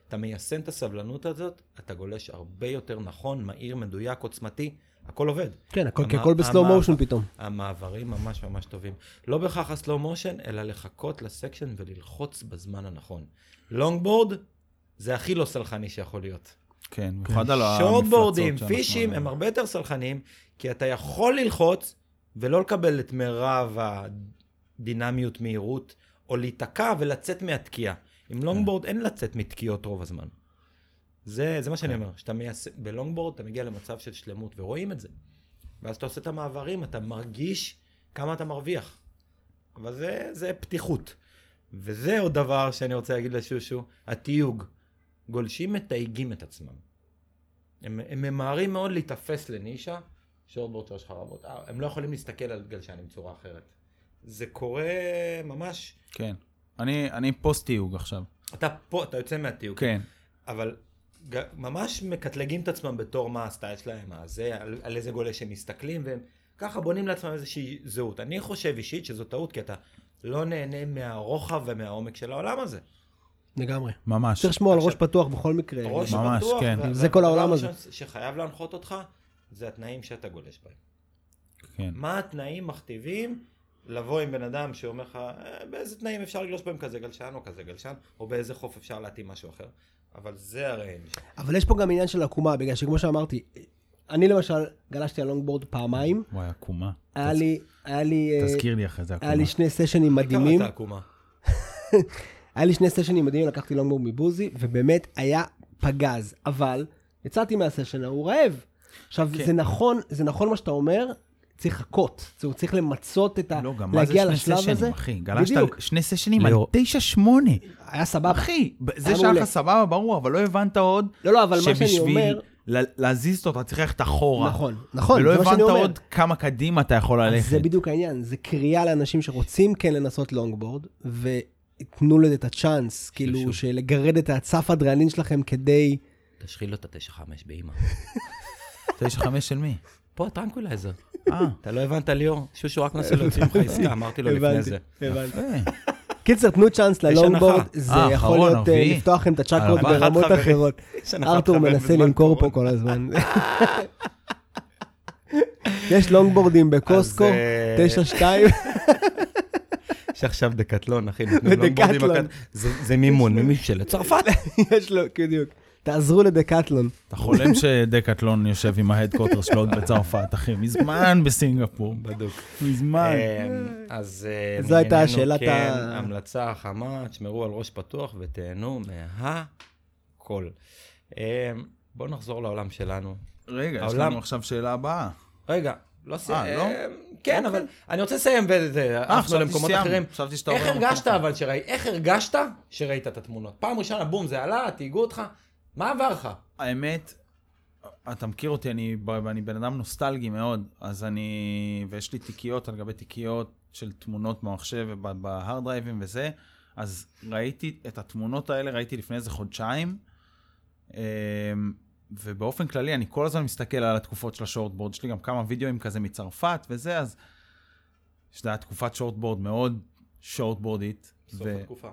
אתה מיישם את הסבלנות הזאת, אתה גולש הרבה יותר נכון, מהיר, מדויק, עוצמתי, הכל עובד. כן, הכל בסלואו מושן פתאום. המעברים ממש ממש טובים. לא בהכרח הסלואו מושן, אלא לחכות לסקשן וללחוץ בזמן הנכון. לונגבורד, זה הכי לא סלחני שיכול להיות. כן, במיוחד על המפלצות. שורטבורדים, פישים, הם הרבה יותר סלחניים, כי אתה יכול ללחוץ ולא לקבל את מרב הדינמיות, מהירות, או להיתקע ולצאת מהתקיעה. עם לונגבורד אין לצאת מתקיעות רוב הזמן. זה מה שאני אומר. בלונגבורד אתה מגיע למצב של שלמות, ורואים את זה. ואז אתה עושה את המעברים, אתה מרגיש כמה אתה מרוויח. אבל זה פתיחות. וזה עוד דבר שאני רוצה להגיד לשושו, התיוג. גולשים מתייגים את עצמם. הם ממהרים מאוד להתאפס לנישה, שורטבורד שלוש חרבות. הם לא יכולים להסתכל על גלשנים בצורה אחרת. זה קורה ממש... כן. אני פוסט תיוג עכשיו. אתה יוצא מהתיוג. כן. אבל ממש מקטלגים את עצמם בתור מה הסטייל שלהם, על איזה גולש הם מסתכלים, והם ככה בונים לעצמם איזושהי זהות. אני חושב אישית שזו טעות, כי אתה לא נהנה מהרוחב ומהעומק של העולם הזה. לגמרי. ממש. צריך לשמוע על ראש פתוח בכל מקרה. ראש ממש, פתוח, כן. זה כל העולם הזה. שחייב להנחות אותך, זה התנאים שאתה גולש בהם. כן. מה התנאים מכתיבים לבוא עם בן אדם שאומר לך, באיזה תנאים אפשר לגלוש בהם כזה גלשן או כזה גלשן, או באיזה חוף אפשר להתאים משהו אחר. אבל זה הרי... אבל יש פה גם עניין של עקומה, בגלל שכמו שאמרתי, אני למשל גלשתי על לונגבורד פעמיים. וואי, עקומה. היה לי... תזכיר לי אחרי זה עקומה. היה לי שני סשנים מדהימים. קראת עקומה. היה לי שני סשנים מדהימים, לקחתי לונגבורד מבוזי, ובאמת היה פגז. אבל יצאתי מהסשן, הוא רעב. עכשיו, זה נכון מה שאתה אומר, צריך לחכות. צריך למצות את ה... לא, גם מה זה שני סשנים, אחי? גלשת על שני סשנים על 9-8. היה סבבה. אחי, זה שהיה לך סבבה, ברור, אבל לא הבנת עוד לא, אבל מה שאני אומר... להזיז אותו, אתה צריך ללכת אחורה. נכון. ולא הבנת עוד כמה קדימה אתה יכול ללכת. זה בדיוק העניין. זה קריאה לאנשים שרוצים כן לנסות לונגבורד, ותנו לזה את הצ'אנס, כאילו, שלגרד את הצף אדרנלין שלכם כדי... תשחיל לו את ה-9-5 באמא. 9-5 של מי? פה הטרנקווילייזר. אתה לא הבנת ליאור? שושו רק נסה להוציא ממך עסקה, אמרתי לו לפני זה. הבנתי. קיצר, תנו צ'אנס ללונגבורד, זה יכול להיות לפתוח לכם את הצ'קרות ברמות אחרות. ארתור מנסה למכור פה כל הזמן. יש לונגבורדים בקוסקו, 9-2. יש עכשיו דקטלון, אחי. בדקטלון. זה מימון של צרפת. יש לו, בדיוק. תעזרו לדקטלון. אתה חולם שדקטלון יושב עם ההדקוטר שלו בצרפת, אחי. מזמן בסינגפור. בדוק. מזמן. אז זו הייתה שאלת המלצה חמה, תשמרו על ראש פתוח ותהנו מהכל. בואו נחזור לעולם שלנו. רגע, יש לנו עכשיו שאלה הבאה. רגע, לא סיים. לא? כן, אבל אני רוצה לסיים ואנחנו למקומות אחרים. איך הרגשת שראית את התמונות? פעם ראשונה, בום, זה עלה, תיגעו אותך. מה עבר לך? האמת, אתה מכיר אותי, אני בן אדם נוסטלגי מאוד, ויש לי תיקיות על גבי תיקיות של תמונות במחשב ובהארד דרייבים וזה, אז ראיתי את התמונות האלה, ראיתי לפני איזה חודשיים, ובאופן כללי, אני כל הזמן מסתכל על התקופות של השורטבורד, יש לי גם כמה וידאוים כזה מצרפת וזה, אז שזה היה תקופת שורטבורד מאוד שורטבורדית. סוף התקופה.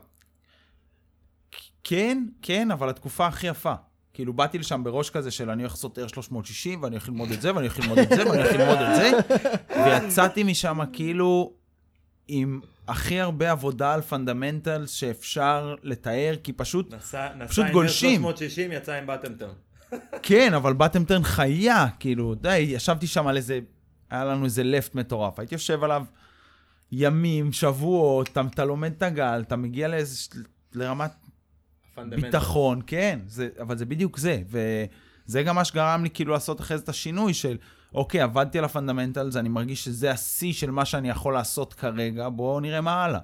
כן, אבל התקופה הכי יפה. כאילו, באתי לשם בראש כזה של אני הולך לעשות R360, ואני הולך ללמוד את זה, ואני הולך ללמוד את זה, ואני הולך ללמוד את זה, ויצאתי משם כאילו עם הכי הרבה עבודה על פונדמנטלס שאפשר לתאר, כי פשוט גולשים. נסע עם R360, יצא עם בטמטרן. כן, אבל בטמטרן חיה, כאילו, די, ישבתי שם על איזה, היה לנו איזה לפט מטורף, הייתי יושב עליו ימים, שבועות, אתה לומד את הגל, אתה מגיע לרמת ביטחון, כן, אבל זה בדיוק זה, וזה גם מה שגרם לי כאילו לעשות אחרי זה את השינוי של, אוקיי, עבדתי על הפונדמנטלס, אני מרגיש שזה השיא של מה שאני יכול לעשות כרגע, בואו נראה מה הלאה.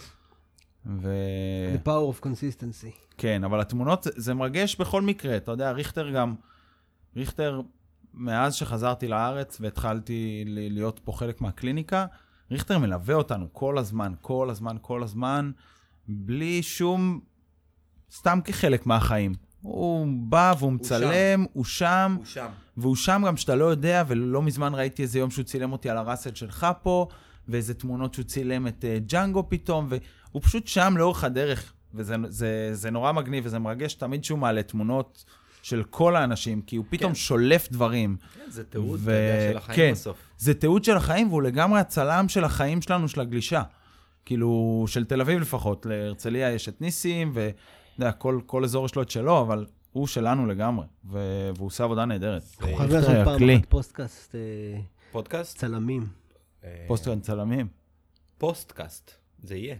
The power of consistency. כן, אבל התמונות, זה מרגש בכל מקרה, אתה יודע, ריכטר, מאז שחזרתי לארץ והתחלתי להיות פה חלק מהקליניקה, ריכטר מלווה אותנו כל הזמן, בלי שום, סתם כחלק מהחיים. הוא בא והוא מצלם, הוא שם, והוא שם גם שאתה לא יודע, ולא מזמן ראיתי איזה יום שהוא צילם אותי על הרסל שלך פה, ואיזה תמונות שהוא צילם את ג'אנגו פתאום, והוא פשוט שם לאורך הדרך. וזה נורא מגניב, וזה מרגש תמיד שהוא מעלה תמונות של כל האנשים, כי הוא פתאום שולף דברים. כן, זה תיעוד של החיים בסוף. זה תיעוד של החיים, והוא לגמרי הצלם של החיים שלנו, של הגלישה. כאילו, של תל אביב לפחות, להרצליה יש את ניסים, כל אזור יש לו את שלו, אבל הוא שלנו לגמרי, והוא עושה עבודה נהדרת. אנחנו חייבים לעשות פעם פודקאסט. פודקאסט? צלמים. פודקאסט צלמים. פודקאסט, זה יהיה.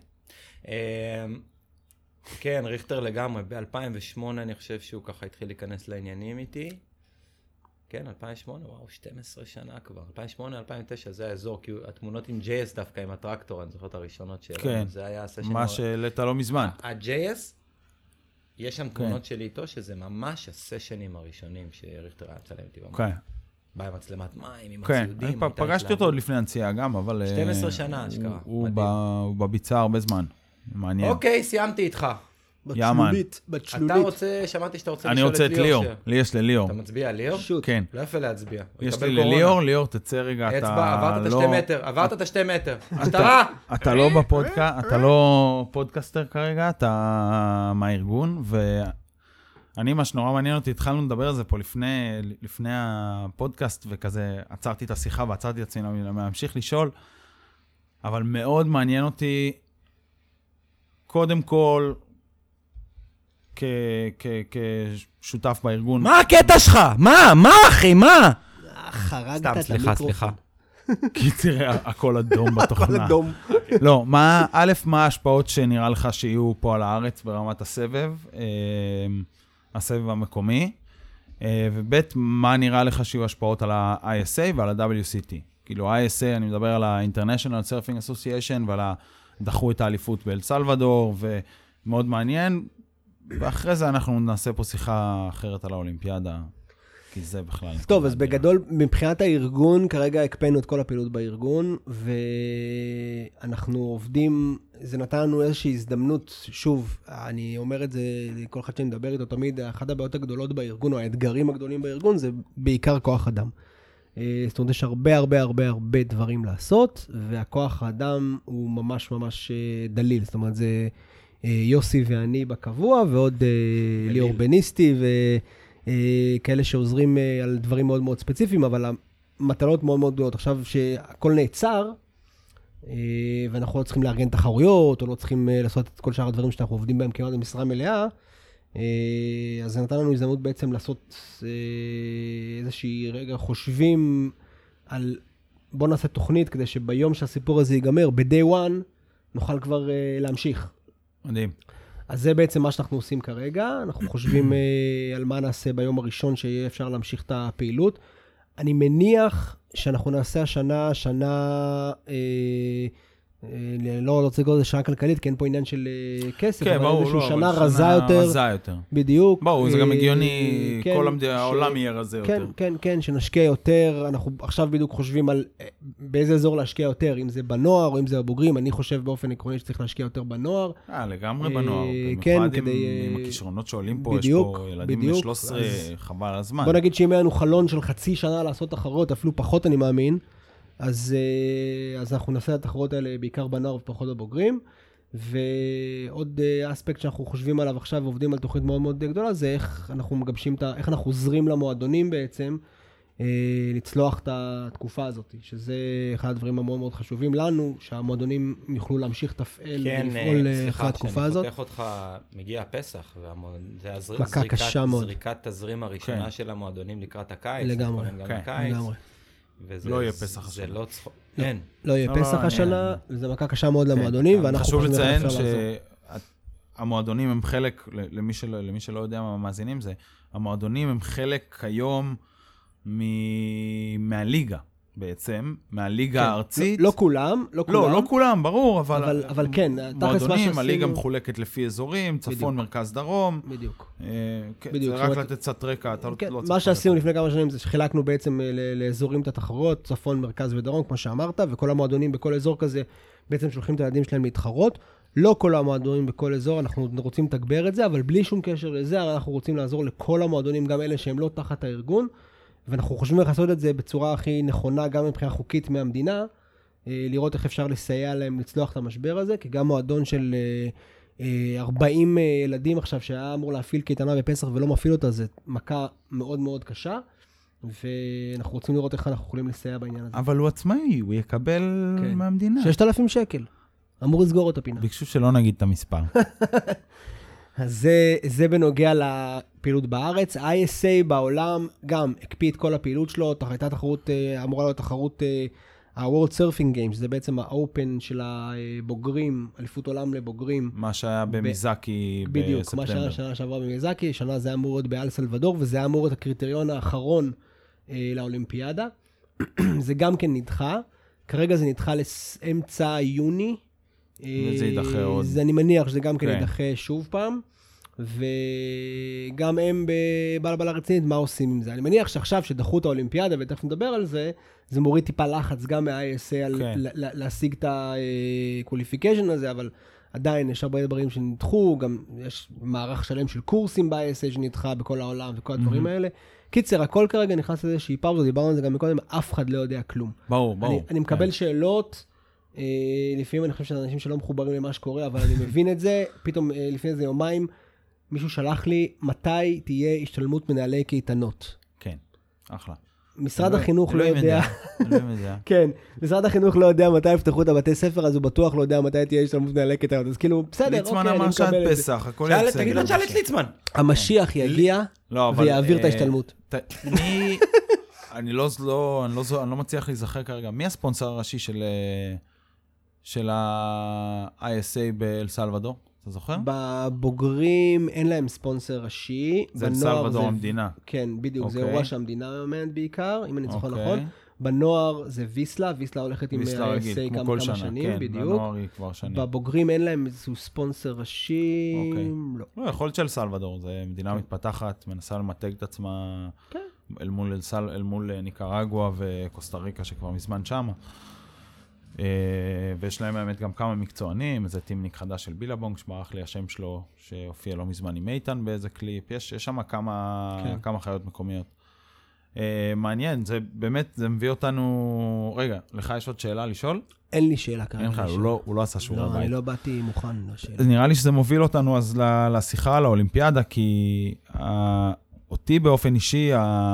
כן, ריכטר לגמרי. ב-2008 אני חושב שהוא ככה התחיל להיכנס לעניינים איתי. כן, 2008, וואו, 12 שנה כבר. 2008, 2009, זה האזור, כי התמונות עם JS דווקא, עם הטרקטור, אני זוכר את הראשונות שלו. כן, זה היה הסשן. מה שהעלית לא מזמן. ה-JS, יש שם תמונות שלי איתו, שזה ממש הסשנים הראשונים שריכטר היה צלם איתי במקום. כן. בא עם מצלמת מים, עם כן, הציודים. אני פגשתי אותו עוד לפני הנסיעה גם, אבל... 12 שנה, אשכרה. הוא בביצה הרבה זמן. מעניין. אוקיי, סיימתי איתך. בצלולית. אתה רוצה, שמעתי שאתה רוצה אני לשאול רוצה את ליאור. לי יש לליאור. אתה מצביע ליאור? כן. לא יפה להצביע. יש לי לליאור, ליאור, תצא רגע, אתה לא... עברת את ה-2 מטר, עברת את ה-2 מטר. משטרה! אתה לא בפודקאסט, אתה לא פודקאסטר כרגע, אתה מהארגון, ואני, מה שנורא מעניין אותי, התחלנו לדבר על זה פה לפני הפודקאסט, וכזה עצרתי את השיחה ועצרתי את עצמי להמשיך לשאול, אבל מאוד מעניין אותי, קודם כל, כשותף בארגון. מה הקטע שלך? מה, אחי, מה? חרגת את המיקרופון. סליחה. כי תראה, הכל אדום בתוכנה. הכל אדום. לא, מה ההשפעות שנראה לך שיהיו פה על הארץ ברמת הסבב המקומי, ובית, מה נראה לך שיהיו השפעות על ה-ISA ועל ה-WCT? כאילו, ה-ISA, אני מדבר על ה-International Surfing Association, ועל דחו את האליפות באל סלוודור, ומאוד מעניין, ואחרי זה אנחנו נעשה פה שיחה אחרת על האולימפיאדה, כי זה בכלל... טוב, אז בגדול, מבחינת הארגון, כרגע הקפאנו את כל הפעילות בארגון, ואנחנו עובדים, זה נתן לנו איזושהי הזדמנות, שוב, אני אומר את זה לכל אחד שאני מדבר איתו תמיד, אחת הבעיות הגדולות בארגון, או האתגרים הגדולים בארגון, זה בעיקר כוח אדם. זאת אומרת, יש הרבה דברים לעשות, והכוח האדם הוא ממש דליל, זאת אומרת, זה... יוסי ואני בקבוע, ועוד ליאור בניסטי, וכאלה שעוזרים על דברים מאוד מאוד ספציפיים, אבל המטלות מאוד מאוד גדולות. עכשיו שהכל נעצר, ואנחנו לא צריכים לארגן תחרויות, או לא צריכים לעשות את כל שאר הדברים שאנחנו עובדים בהם כמעט במשרה מלאה, אז זה נתן לנו הזדמנות בעצם לעשות איזושהי רגע חושבים על, בוא נעשה תוכנית, כדי שביום שהסיפור הזה ייגמר, ב-day one, נוכל כבר להמשיך. מדהים. אז זה בעצם מה שאנחנו עושים כרגע, אנחנו חושבים על מה נעשה ביום הראשון שיהיה אפשר להמשיך את הפעילות. אני מניח שאנחנו נעשה השנה, לא רוצה לקרוא לזה שנה כלכלית, כי אין פה עניין של כסף, כן, אבל איזושהי שנה רזה יותר. בדיוק. ברור, זה גם הגיוני, כל העולם יהיה רזה יותר. כן, שנשקיע יותר, אנחנו עכשיו בדיוק חושבים על באיזה אזור להשקיע יותר, אם זה בנוער או אם זה בבוגרים, אני חושב באופן עקרוני שצריך להשקיע יותר בנוער. לגמרי בנוער, במיוחד עם הכישרונות שעולים פה, יש פה ילדים ב-13, חבל על הזמן. בוא נגיד שאם היה לנו חלון של חצי שנה לעשות תחרות, אפילו פחות אני מאמין, אז אנחנו נעשה את התחרות האלה בעיקר בנוער ופחות בבוגרים, ועוד אספקט שאנחנו חושבים עליו עכשיו ועובדים על תוכנית מאוד מאוד גדולה, זה איך אנחנו מגבשים איך אנחנו עוזרים למועדונים בעצם, לצלוח את התקופה הזאת, שזה אחד הדברים המאוד מאוד חשובים לנו, שהמועדונים יוכלו להמשיך תפעל ולפעול אחרי התקופה הזאת. כן, סליחה, כשאני פותח אותך, מגיע הפסח, זה זריקת תזרים הראשונה של המועדונים לקראת הקיץ. לגמרי. לא יהיה פסח השנה. אין. לא יהיה פסח השנה, וזה מכה קשה מאוד למועדונים, ואנחנו חשוב לציין שהמועדונים הם חלק, למי שלא יודע מה מאזינים זה, המועדונים הם חלק כיום מהליגה בעצם, מהליגה הארצית. לא כולם. לא כולם, ברור, אבל כן, מועדונים, הליגה מחולקת לפי אזורים, צפון, מרכז, דרום. בדיוק. זה רק לתת קצת רקע, אתה לא צריך... מה שעשינו לפני כמה שנים זה שחילקנו בעצם לאזורים את התחרות, צפון, מרכז ודרום, כמו שאמרת, וכל המועדונים בכל אזור כזה בעצם שולחים את הילדים שלהם להתחרות. לא כל המועדונים בכל אזור, אנחנו רוצים לתגבר את זה, אבל בלי שום קשר לזה, אנחנו רוצים לעזור לכל המועדונים, גם אלה שהם לא תחת הארגון, ואנחנו חושבים לעשות את זה בצורה הכי נכונה, גם מבחינה חוקית מהמדינה, לראות איך אפשר לסייע להם לצלוח את המשבר הזה, כי גם מועדון של 40 ילדים עכשיו שהיה אמור להפעיל קייטנה בפסח ולא מפעיל אותה, זה מכה מאוד מאוד קשה, ואנחנו רוצים לראות איך אנחנו יכולים לסייע בעניין הזה. אבל הוא עצמאי, הוא יקבל מהמדינה. 6,000 שקל. אמור לסגור את הפינה. ביקשו שלא נגיד את המספר. אז זה בנוגע לפעילות בארץ. ה-ISA בעולם גם הקפיא את כל הפעילות שלו, הייתה תחרות, אמורה להיות תחרות ה-World Surfing Games, זה בעצם ה-Open של הבוגרים, אליפות עולם לבוגרים. מה שהיה במיזקי בספטמבר. בדיוק, מה שהיה שנה שעברה במיזקי, שנה זה אמור להיות באל סלבדור, וזה היה אמור להיות הקריטריון האחרון לאולימפיאדה. זה גם כן נדחה, כרגע זה נדחה לאמצע יוני. וזה יידחה עוד. אני מניח שזה גם כן יידחה שוב פעם, וגם הם בבלבלה רצינית, מה עושים עם זה? אני מניח שעכשיו שדחו את האולימפיאדה, ותכף נדבר על זה, זה מוריד טיפה לחץ גם מה-ISA להשיג את ה-qualification הזה, אבל עדיין יש הרבה דברים שנדחו, גם יש מערך שלם של קורסים ב-ISA שנדחה בכל העולם וכל הדברים האלה. קיצר, הכל כרגע נכנס לאיזושהי פאוזה, דיברנו על זה גם מקודם, אף אחד לא יודע כלום. ברור. אני מקבל שאלות, לפעמים אני חושב שזה אנשים שלא מחוברים למה שקורה, אבל אני מבין את זה, פתאום לפני איזה יומיים, מישהו שלח לי, מתי תהיה השתלמות מנהלי קייטנות? כן, אחלה. משרד החינוך לא יודע. אלוהים יודע. כן, משרד החינוך לא יודע מתי יפתחו את הבתי ספר, אז הוא בטוח לא יודע מתי תהיה השתלמות מנהלי קייטנות. אז כאילו, בסדר, אוקיי, אני מקבל את זה. ליצמן אמר שעד פסח, הכל יצא. תגיד לו, תשאל את ליצמן. המשיח יגיע ויעביר את ההשתלמות. אני לא מצליח להיזכר כרגע. מי הספונסר הראשי של ה-ISA באל סלבדור? אתה זוכר? בבוגרים אין להם ספונסר ראשי. זה אל סלבדור המדינה. כן, בדיוק. זה אירוע שהמדינה ממנת בעיקר, אם אני זוכר נכון. בנוער זה ויסלה הולכת עם ה-ISA כמה שנים, בדיוק. בבוגרים אין להם איזשהו ספונסר ראשי. לא, יכול להיות של סלבדור. זה מדינה מתפתחת, מנסה למתג את עצמה אל מול ניקרגואה וקוסטה ריקה שכבר מזמן שמה. ויש להם באמת גם כמה מקצוענים, איזה טימניק חדש של בילבונג, שברח לי השם שלו, שהופיע לא מזמן עם איתן באיזה קליפ, יש שם כמה חיות מקומיות. מעניין, זה באמת, זה מביא אותנו... רגע, לך יש עוד שאלה לשאול? אין לי שאלה כרגע. אין לך, הוא לא עשה שורה בית. לא, אני לא באתי מוכן לשאלה. אז נראה לי שזה מוביל אותנו אז לשיחה על האולימפיאדה, כי אותי באופן אישי,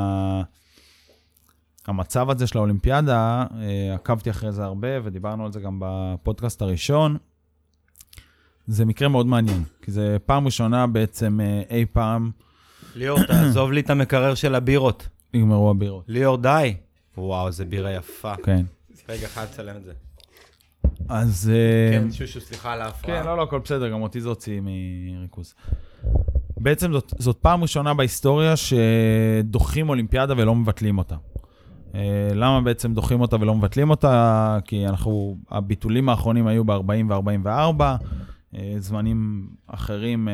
המצב הזה של האולימפיאדה, עקבתי אחרי זה הרבה, ודיברנו על זה גם בפודקאסט הראשון, זה מקרה מאוד מעניין, כי זה פעם ראשונה בעצם אי פעם... ליאור, תעזוב לי את המקרר של הבירות. נגמרו הבירות. ליאור, די. וואו, זה בירה יפה. כן. רגע, חייב לצלם את זה. אז... כן, שושו, סליחה על ההפרעה. כן, לא, הכל בסדר, גם אותי זה הוציא מריכוז. בעצם זאת פעם ראשונה בהיסטוריה שדוחים אולימפיאדה ולא מבטלים אותה. למה בעצם דוחים אותה ולא מבטלים אותה? כי הביטולים האחרונים היו ב-40 ו-44, זמנים אחרים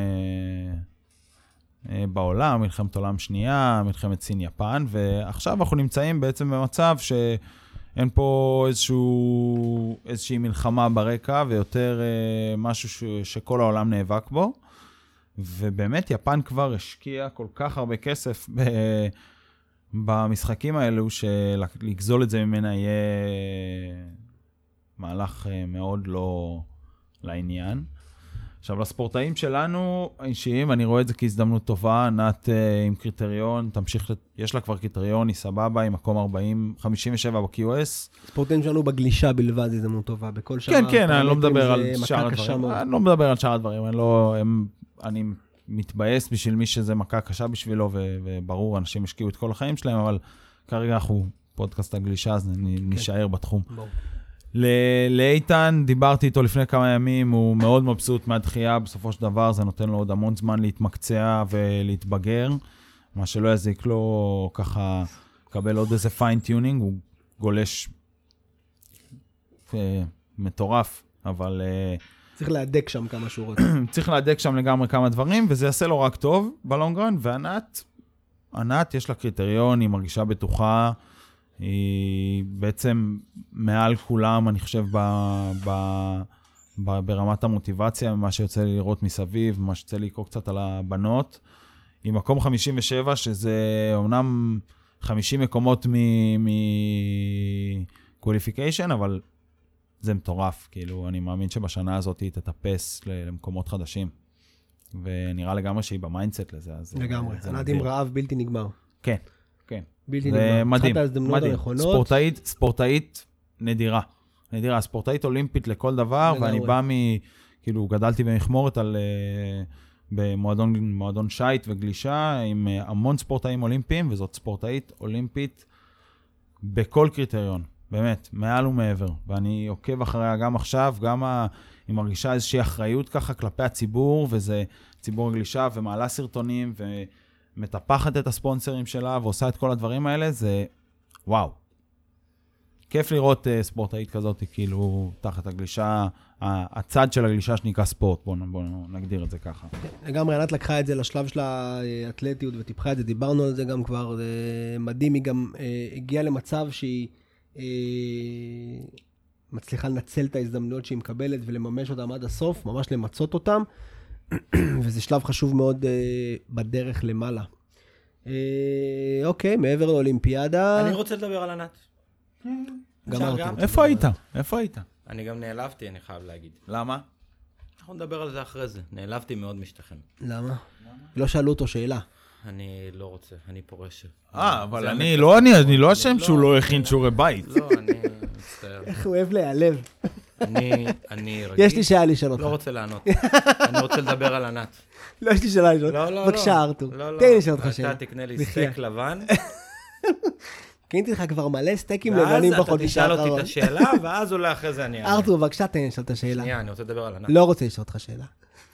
בעולם, מלחמת עולם שנייה, מלחמת סין-יפן, ועכשיו אנחנו נמצאים בעצם במצב שאין פה איזושהי מלחמה ברקע, ויותר משהו שכל העולם נאבק בו, ובאמת יפן כבר השקיעה כל כך הרבה כסף במשחקים האלו, שלגזול את זה ממנה יהיה מהלך מאוד לא לעניין. עכשיו, לספורטאים שלנו, האישיים, אני רואה את זה כהזדמנות טובה, נת עם קריטריון, תמשיך, יש לה כבר קריטריון, היא סבבה, עם מקום 57 ב-QS. ספורטאים שלנו בגלישה בלבד, הזדמנות טובה, בכל שאר... כן, כן, אני לא מדבר על שאר הדברים. אני לא מדבר על שאר הדברים, אני מתבאס בשביל מי שזה מכה קשה בשבילו, וברור, אנשים השקיעו את כל החיים שלהם, אבל כרגע אנחנו פודקאסט הגלישה, אז נשאר בתחום. לאיתן, דיברתי איתו לפני כמה ימים, הוא מאוד מבסוט מהדחייה, בסופו של דבר זה נותן לו עוד המון זמן להתמקצע ולהתבגר, מה שלא יזיק לו ככה, קבל עוד איזה פיין-טיונינג, הוא גולש מטורף, אבל... צריך להדק שם כמה שורות. צריך להדק שם לגמרי כמה דברים, וזה יעשה לו רק טוב בלונגרן, וענת יש לה קריטריון, היא מרגישה בטוחה, היא בעצם מעל כולם, אני חושב, ברמת המוטיבציה, מה שיוצא לי לראות מסביב, מה שיוצא לי לקרוא קצת על הבנות, היא מקום 57, שזה אומנם 50 מקומות מ-qualification, אבל זה מטורף, כאילו, אני מאמין שבשנה הזאת היא תטפס למקומות חדשים, ונראה לגמרי שהיא במיינדסט לזה, אז... לגמרי, ענת עם רעב בלתי נגמר. כן, כן. בלתי נגמר. מדהים, מדהים. ספורטאית נדירה. נדירה, ספורטאית אולימפית לכל דבר, ואני בא כאילו, גדלתי במחמורת במועדון שייט וגלישה, עם המון ספורטאים אולימפיים, וזאת ספורטאית אולימפית בכל קריטריון. באמת, מעל ומעבר. ואני עוקב אחריה גם עכשיו, גם היא מרגישה איזושהי אחריות ככה כלפי הציבור, וזה ציבור הגלישה, ומעלה סרטונים, ומטפחת את הספונסרים שלה, ועושה את כל הדברים האלה, זה וואו. כיף לראות ספורטאית כזאת, כאילו, תחת הגלישה, הצד של הגלישה שנקרא ספורט, בואו נגדיר את זה ככה. לגמרי, ענת לקחה את זה לשלב של האתלטיות, וטיפחה את זה, דיברנו על זה גם כבר, זה מדהים, היא גם הגיעה למצב שהיא מצליחה לנצל את ההזדמנויות שהיא מקבלת ולממש אותם עד הסוף, ממש למצות אותם, וזה שלב חשוב מאוד בדרך למעלה. אוקיי, מעבר לאולימפיאדה... אני רוצה לדבר על ענת. גמרתי. איפה היית? אני גם נעלבתי, אני חייב להגיד. למה? אנחנו נדבר על זה אחרי זה. נעלבתי מאוד משתכם. למה? לא שאלו אותו שאלה. אני לא רוצה, אני פורש. אבל אני לא אשם שהוא לא הכין שיעורי בית. לא, אני מצטער. איך הוא אוהב להיעלב. אני רגיל. יש לי שאלה לשאול אותך. לא רוצה לענות. אני רוצה לדבר על ענת. לא, יש לי שאלה לשאול. לא. בבקשה, ארתור. לא. תן לי לשאול אותך שאלה. אתה תקנה לי סטייק לבן. קניתי לך כבר מלא סטייקים לבנים בחודש האחרון. ואז אתה תשאל אותי את השאלה, ואז אולי אחרי זה אני אענה. ארתור, בבקשה, תן לי לשאול את השאלה. שנייה, אני רוצה לדבר על ענת. לא רוצה לשאול אותך שאלה.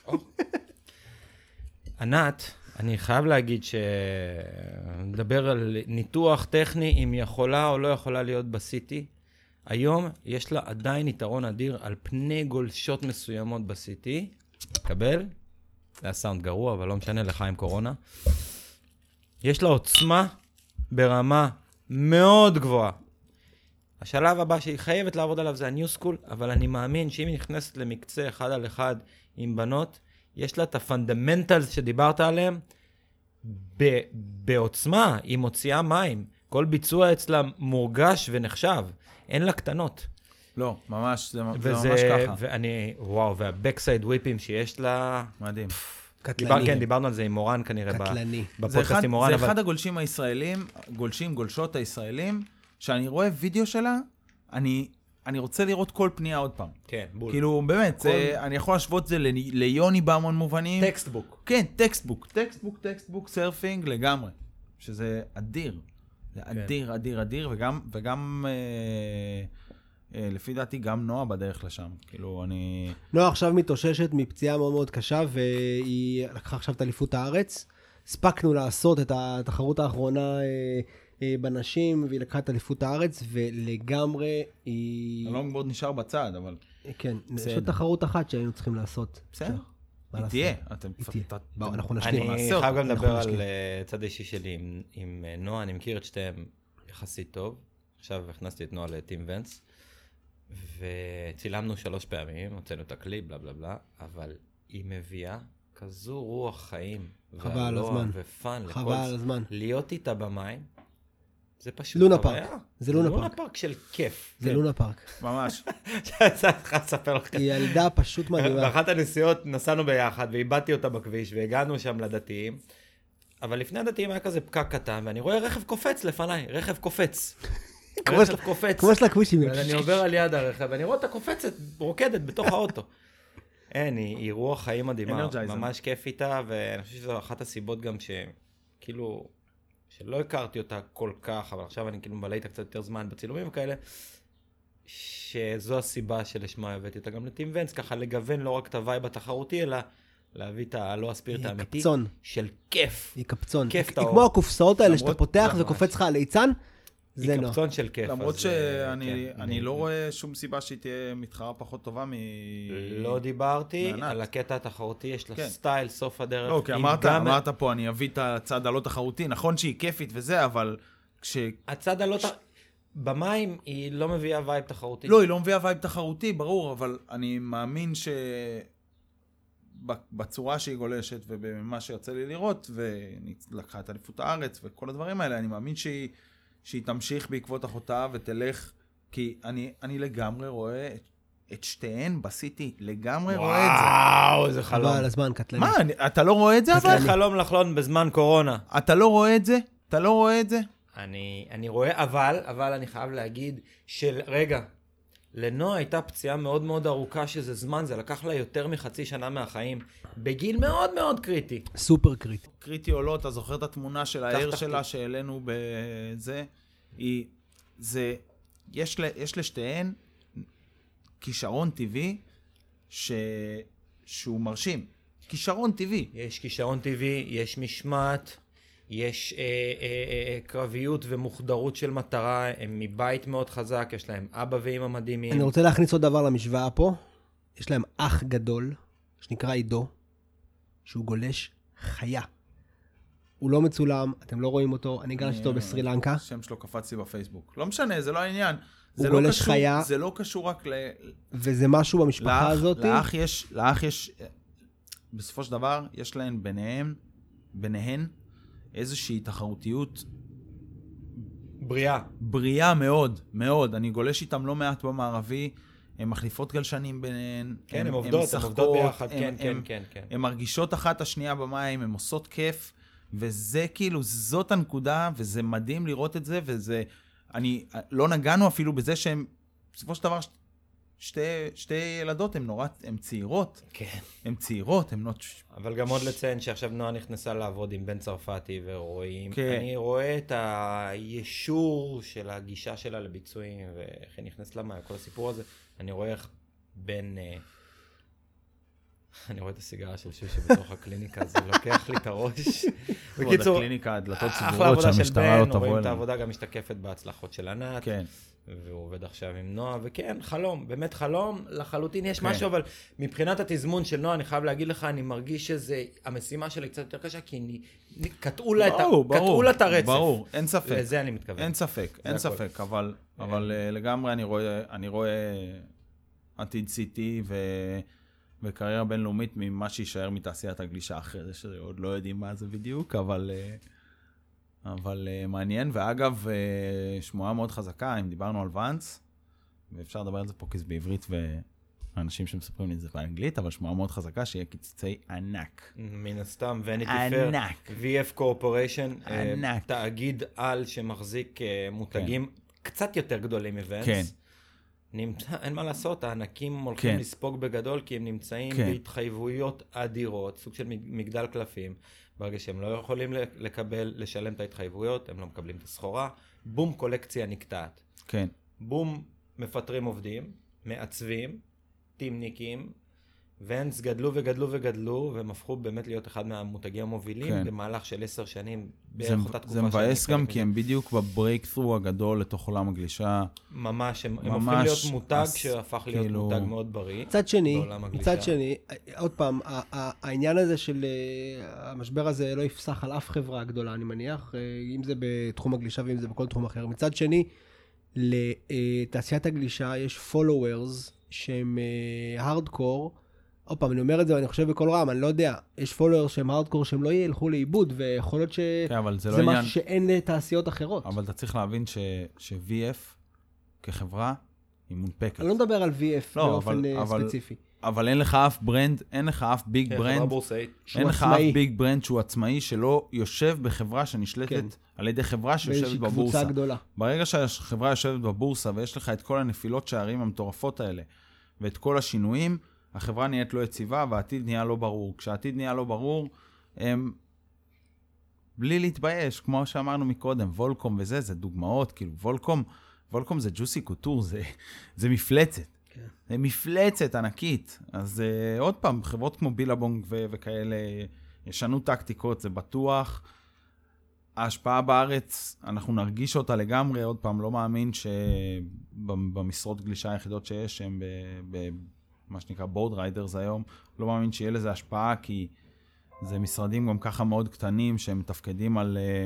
ענת, אני חייב להגיד נדבר על ניתוח טכני, אם יכולה או לא יכולה להיות בסיטי. היום יש לה עדיין יתרון אדיר על פני גולשות מסוימות בסיטי. קבל? זה היה סאונד גרוע, אבל לא משנה לך עם קורונה. יש לה עוצמה ברמה מאוד גבוהה. השלב הבא שהיא חייבת לעבוד עליו זה ה-New School, אבל אני מאמין שאם היא נכנסת למקצה אחד על אחד עם בנות, יש לה את הפונדמנטלס שדיברת עליהם, בעוצמה, היא מוציאה מים. כל ביצוע אצלה מורגש ונחשב. אין לה קטנות. לא, ממש, זה ממש ככה. וואו, והבקסייד וויפים שיש לה... מדהים. קטלני. כן, דיברנו על זה עם מורן כנראה. קטלני. בפודקאסט עם מורן. זה אחד הגולשים הישראלים, גולשות הישראלים, שאני רואה וידאו שלה, אני רוצה לראות כל פנייה עוד פעם. כן, בול. כאילו, באמת, אני יכול להשוות את זה ליוני בהמון מובנים. טקסטבוק. כן, טקסטבוק, סרפינג לגמרי. שזה אדיר. זה אדיר, וגם לפי דעתי, גם נועה בדרך לשם. כאילו, נועה עכשיו מתאוששת מפציעה מאוד מאוד קשה, והיא לקחה עכשיו את אליפות הארץ. הספקנו לעשות את התחרות האחרונה בנשים, והיא לקחה את אליפות הארץ, ולגמרי היא... הלונגבורד נשאר בצד, אבל... כן, יש תחרות אחת שהיינו צריכים לעשות. בסדר. היא תהיה. בואו, אנחנו נשלים. אני חייב גם לדבר על צד אישי שלי עם נועה, אני מכיר את שתיהם יחסית טוב. עכשיו הכנסתי את נועה לטים ונס, וצילמנו 3 פעמים, הוצאנו את הקליפ, בלה בלה בלה, אבל היא מביאה כזו רוח חיים. חבל על הזמן. ופן. חבל על הזמן. להיות איתה במים, זה פשוט לונה פארק. זה לונה פארק. לונה פארק של כיף. זה לונה פארק. ממש. צריך לספר לכם. היא ילדה פשוט מדהימה. באחת הנסיעות נסענו ביחד, ואיבדתי אותה בכביש, והגענו שם לדתיים, אבל לפני הדתיים היה כזה פקק קטן, ואני רואה רכב קופץ לפניי, רכב קופץ. רכב קופץ. כמו של הכבישים. ואני עובר על יד הרכב, ואני רואה אותה קופצת, רוקדת בתוך האוטו. אין, היא רוח חיים מדהימה, ממש כיף איתה, ואני חושב שזו אחת הסיבות גם שכאילו, שלא הכרתי אותה כל כך, אבל עכשיו אני כאילו מבלה איתה קצת יותר זמן בצילומים וכאלה, שזו הסיבה שלשמה הבאתי אותה גם לטים ונס, ככה לגוון לא רק את הווייב התחרותי, אלא להביא את הלא הספירט האמיתי של כיף. היא קפצון. כיף את האור. כמו הקופסאות האלה שאתה פותח וקופץ לך ליצן, זה היא נוח. קפצון של כיף. למרות שאני לא רואה שום סיבה שהיא תהיה מתחרה פחות טובה לא דיברתי על הקטע התחרותי, יש לה סטייל סוף הדרך. לא, כי אמרת פה, אני אביא את הצד הלא תחרותי, נכון שהיא כיפית וזה, אבל הצד הלא תחרותי, במים היא לא מביאה וייב תחרותי. לא, היא לא מביאה וייב תחרותי, ברור, אבל אני מאמין בצורה שהיא גולשת ובמה שיוצא לי לראות, ולקחה את אליפות הארץ וכל הדברים האלה, אני מאמין שהיא תמשיך בעקבות אחותה ותלך, כי אני לגמרי רואה את שתיהן בסיטי, לגמרי רואה את זה. וואו, זה חלום. אבל הזמן קטלני. מה, אתה לא רואה את זה אבל? זה חלום לחלון בזמן קורונה. אתה לא רואה את זה? אתה לא רואה את זה? אני רואה, אבל אני חייב להגיד רגע, לנועה הייתה פציעה מאוד מאוד ארוכה שזה זמן, זה לקח לה יותר מחצי שנה מהחיים, בגיל מאוד מאוד קריטי. סופר קריטי. קריטי או לא, אתה זוכר את התמונה של העיר שלה שהעלינו בזה? יש לשתיהן כישרון טבעי שהוא מרשים. כישרון טבעי. יש כישרון טבעי, יש משמעת, יש קרביות ומוחדרות של מטרה, הם מבית מאוד חזק, יש להם אבא ואמא מדהימים. אני רוצה להכניס עוד דבר למשוואה פה. יש להם אח גדול, שנקרא עידו, שהוא גולש חיה. הוא לא מצולם, אתם לא רואים אותו, אני גלשתי אותו בסרי לנקה. השם שלו קפץ לי בפייסבוק. לא משנה, זה לא העניין. הוא גולש חיה. זה לא קשור רק וזה משהו במשפחה הזאת. לאח יש, בסופו של דבר, יש להם ביניהן, איזושהי תחרותיות בריאה מאוד, מאוד. אני גולש איתם לא מעט במערבי, הן מחליפות גלשנים ביניהן. כן, הן עובדות ביחד, כן. הן מרגישות אחת השנייה במים, הן עושות כיף, וזה כאילו, זאת הנקודה, וזה מדהים לראות את זה, וזה, לא נגענו אפילו בזה שהן, בסופו של דבר, שתי ילדות, הן צעירות. כן. הן צעירות, הן not... אבל גם עוד לציין שעכשיו נועה נכנסה לעבוד עם בן צרפתי ורואים. כן. אני רואה את הישור של הגישה שלה לביצועים, ואיך היא נכנסת למה, כל הסיפור הזה. אני רואה איך בן... אני רואה את הסיגרה של שושי בתוך הקליניקה, זה לוקח לי את הראש. בקיצור, הקליניקה, הדלתות סגורות שהמשטרה לא תבוא אליהם. רואים את העבודה גם משתקפת בהצלחות של ענת. כן. והוא עובד עכשיו עם נועה, וכן, חלום, באמת חלום, לחלוטין יש משהו, אבל מבחינת התזמון של נועה, אני חייב להגיד לך, אני מרגיש המשימה שלי קצת יותר קשה, כי קטעו לה את הרצף. ברור, אין ספק. לזה אני מתכוון. אין ספק, אבל לגמרי אני רואה עתיד סיטי וקריירה בינלאומית ממה שישאר מתעשיית הגלישה אחרי זה, שעוד לא יודעים מה זה בדיוק, אבל מעניין, ואגב, שמועה מאוד חזקה, אם דיברנו על ואנס, ואפשר לדבר על זה פה כי זה בעברית, ואנשים שמספרים לי את זה באנגלית, אבל שמועה מאוד חזקה, שיהיה קיצוצי ענק. מן הסתם, וניטי פייר, VF Corporation, ענק. תאגיד על שמחזיק מותגים קצת יותר גדולים מוונס. כן. אין מה לעשות, הענקים הולכים לספוג בגדול, כי הם נמצאים בהתחייבויות אדירות, סוג של מגדל קלפים. ברגע שהם לא יכולים לשלם את ההתחייבויות, הם לא מקבלים את הסחורה, בום, קולקציה נקטעת. כן. בום, מפטרים עובדים, מעצבים, טימניקים, ואנס גדלו וגדלו וגדלו, והם הפכו באמת להיות אחד מהמותגים המובילים, במהלך של 10 שנים, בערך אותה תקופה. זה מבאס גם כי הם בדיוק בברייקת'רו הגדול לתוך עולם הגלישה. ממש, הם הופכים להיות מותג שהפך להיות מותג מאוד בריא. מצד שני, עוד פעם, העניין הזה של המשבר הזה לא יפסח על אף חברה גדולה, אני מניח, אם זה בתחום הגלישה ואם זה בכל תחום אחר. מצד שני, לתעשיית הגלישה יש followers שהם הארדקור, עוד פעם, אני אומר את זה, ואני חושב בכל רם, אני לא יודע, יש פולוורס שהם הארדקור שהם לא ילכו לאיבוד, ויכול להיות שזה משהו שאין לתעשיות אחרות. אבל אתה צריך להבין ש-VF כחברה היא מונפקת. אני לא מדבר על VF באופן ספציפי. אבל אין לך אף ברנד, אין לך אף ביג ברנד, אין לך אף ביג ברנד שהוא עצמאי, שלא יושב בחברה שנשלטת על ידי חברה שיושבת בבורסה. ברגע שהחברה יושבת בבורסה, ויש לך את כל הנפילות שערים המטורפות האלה, ואת כל השינויים, החברה נהיית לא יציבה, והעתיד נהיה לא ברור. כשהעתיד נהיה לא ברור, הם בלי להתבייש, כמו שאמרנו מקודם, וולקום וזה, זה דוגמאות, כאילו וולקום זה ג'וסי קוטור, זה מפלצת. זה מפלצת ענקית. אז עוד פעם, חברות כמו בילבונג וכאלה, ישנו טקטיקות, זה בטוח. ההשפעה בארץ, אנחנו נרגיש אותה לגמרי, עוד פעם, לא מאמין שבמשרות גלישה היחידות שיש, הם מה שנקרא בורד ריידרס היום, לא מאמין שיהיה לזה השפעה, כי זה משרדים גם ככה מאוד קטנים, שהם מתפקדים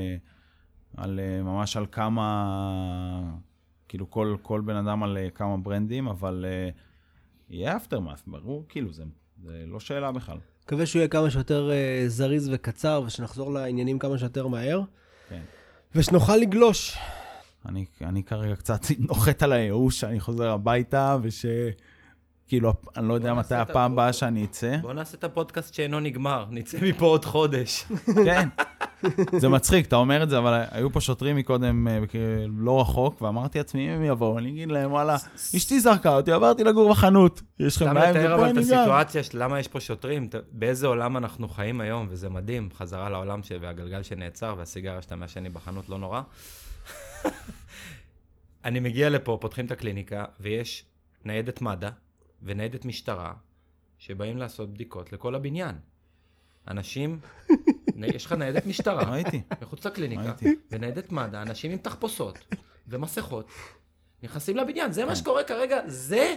על ממש על כמה, כאילו כל בן אדם על כמה ברנדים, אבל יהיה אפטרמאס, ברור, כאילו זה לא שאלה בכלל. מקווה שהוא יהיה כמה שיותר זריז וקצר, ושנחזור לעניינים כמה שיותר מהר, כן. ושנוכל לגלוש. אני כרגע קצת נוחת על הייאוש, שאני חוזר הביתה, כאילו, אני לא יודע מתי הפעם הבאה שאני אצא. בוא נעשה את הפודקאסט שאינו נגמר, נצא מפה עוד חודש. כן, זה מצחיק, אתה אומר את זה, אבל היו פה שוטרים מקודם לא רחוק, ואמרתי לעצמי, אם הם יבואו, אני אגיד להם, וואלה, אשתי זרקה אותי, עברתי לגור בחנות, יש לכם מים לתאר ופה אבל את אני גם. הסיטואציה, למה יש פה שוטרים, באיזה עולם אנחנו חיים היום, וזה מדהים, חזרה לעולם והגלגל שנעצר, והסיגריה שאתה מהשני בחנות לא נורא. אני מגיע לפה, פותחים את הקליניקה, ויש ניידת מד"א וניידת משטרה, שבאים לעשות בדיקות לכל הבניין. אנשים, יש לך ניידת משטרה, ראיתי. מחוץ לקליניקה, וניידת מד"א, אנשים עם תחפושות ומסכות, נכנסים לבניין. זה מה שקורה כרגע, זה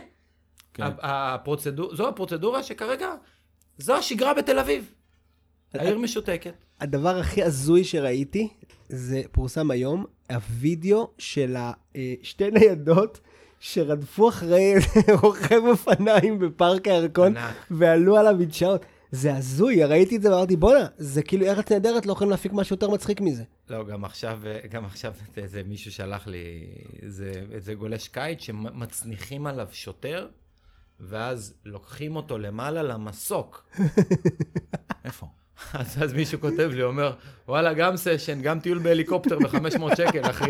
זו הפרוצדורה שכרגע, זו השגרה בתל אביב. העיר משותקת. הדבר הכי הזוי שראיתי, זה פורסם היום, הווידאו של שתי ניידות שרדפו אחרי רוכב אופניים בפארק הירקון, ועלו עליו מדשאות. זה הזוי, ראיתי את זה ואמרתי, בונה, זה כאילו ארץ נהדרת, לא יכולים להפיק משהו יותר מצחיק מזה. לא, גם עכשיו זה מישהו שלח לי, זה גולש קיץ שמצניחים עליו שוטר, ואז לוקחים אותו למעלה למסוק. איפה? אז מישהו כותב לי, אומר, וואלה, גם סשן, גם טיול בהליקופטר ב-500 שקל, אחי.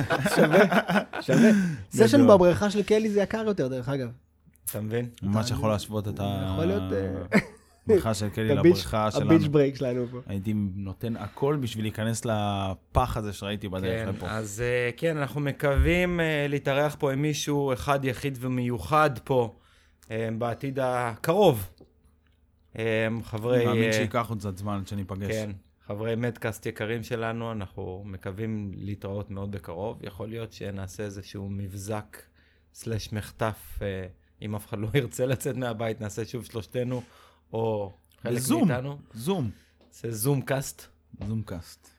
שווה. סשן בבריכה של קלי זה יקר יותר, דרך אגב. אתה מבין? ממש יכול להשוות את יכול להיות... הבריכה של קלי לבריכה שלנו. הביץ' ברייק שלנו פה. הייתי נותן הכל בשביל להיכנס לפח הזה שראיתי בדרך לפה. אז כן, אנחנו מקווים להתארח פה עם מישהו אחד יחיד ומיוחד פה, בעתיד הקרוב. חברי... אני מאמין שיקח עוד קצת זמן שניפגש. כן, חברי מדקאסט יקרים שלנו, אנחנו מקווים להתראות מאוד בקרוב. יכול להיות שנעשה איזשהו מבזק סלש מחטף, אם אף אחד לא ירצה לצאת מהבית, נעשה שוב שלושתנו, או חלק מאיתנו. זום. זה זום קאסט. זום קאסט.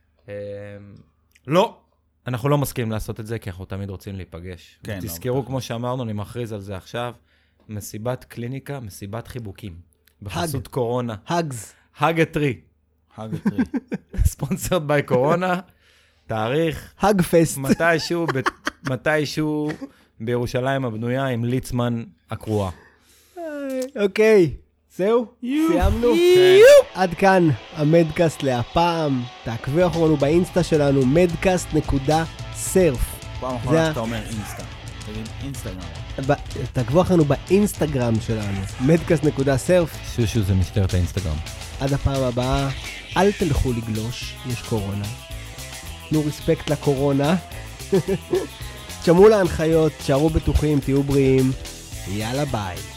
לא, אנחנו לא מסכימים לעשות את זה, כי אנחנו תמיד רוצים להיפגש. כן, תזכרו, כמו שאמרנו, אני מכריז על זה עכשיו, מסיבת קליניקה, מסיבת חיבוקים. בחסות קורונה. הגס. הגטרי. הגטרי. ספונסרד ביי קורונה. תאריך. הגפסט. מתישהו בירושלים הבנויה עם ליצמן הקרואה. אוקיי, זהו, סיימנו. עד כאן המדקאסט להפעם. תעקבו אחרינו באינסטה שלנו, medcast.surf. פעם אחרונה שאתה אומר אינסטה. תגיד אינסטגרם. תעקבו אחרינו באינסטגרם שלנו, medcast.surf. שושו זה משטרת האינסטגרם. עד הפעם הבאה, אל תלכו לגלוש, יש קורונה. תנו רספקט לקורונה. תשמעו להנחיות, תשארו בטוחים, תהיו בריאים. יאללה ביי.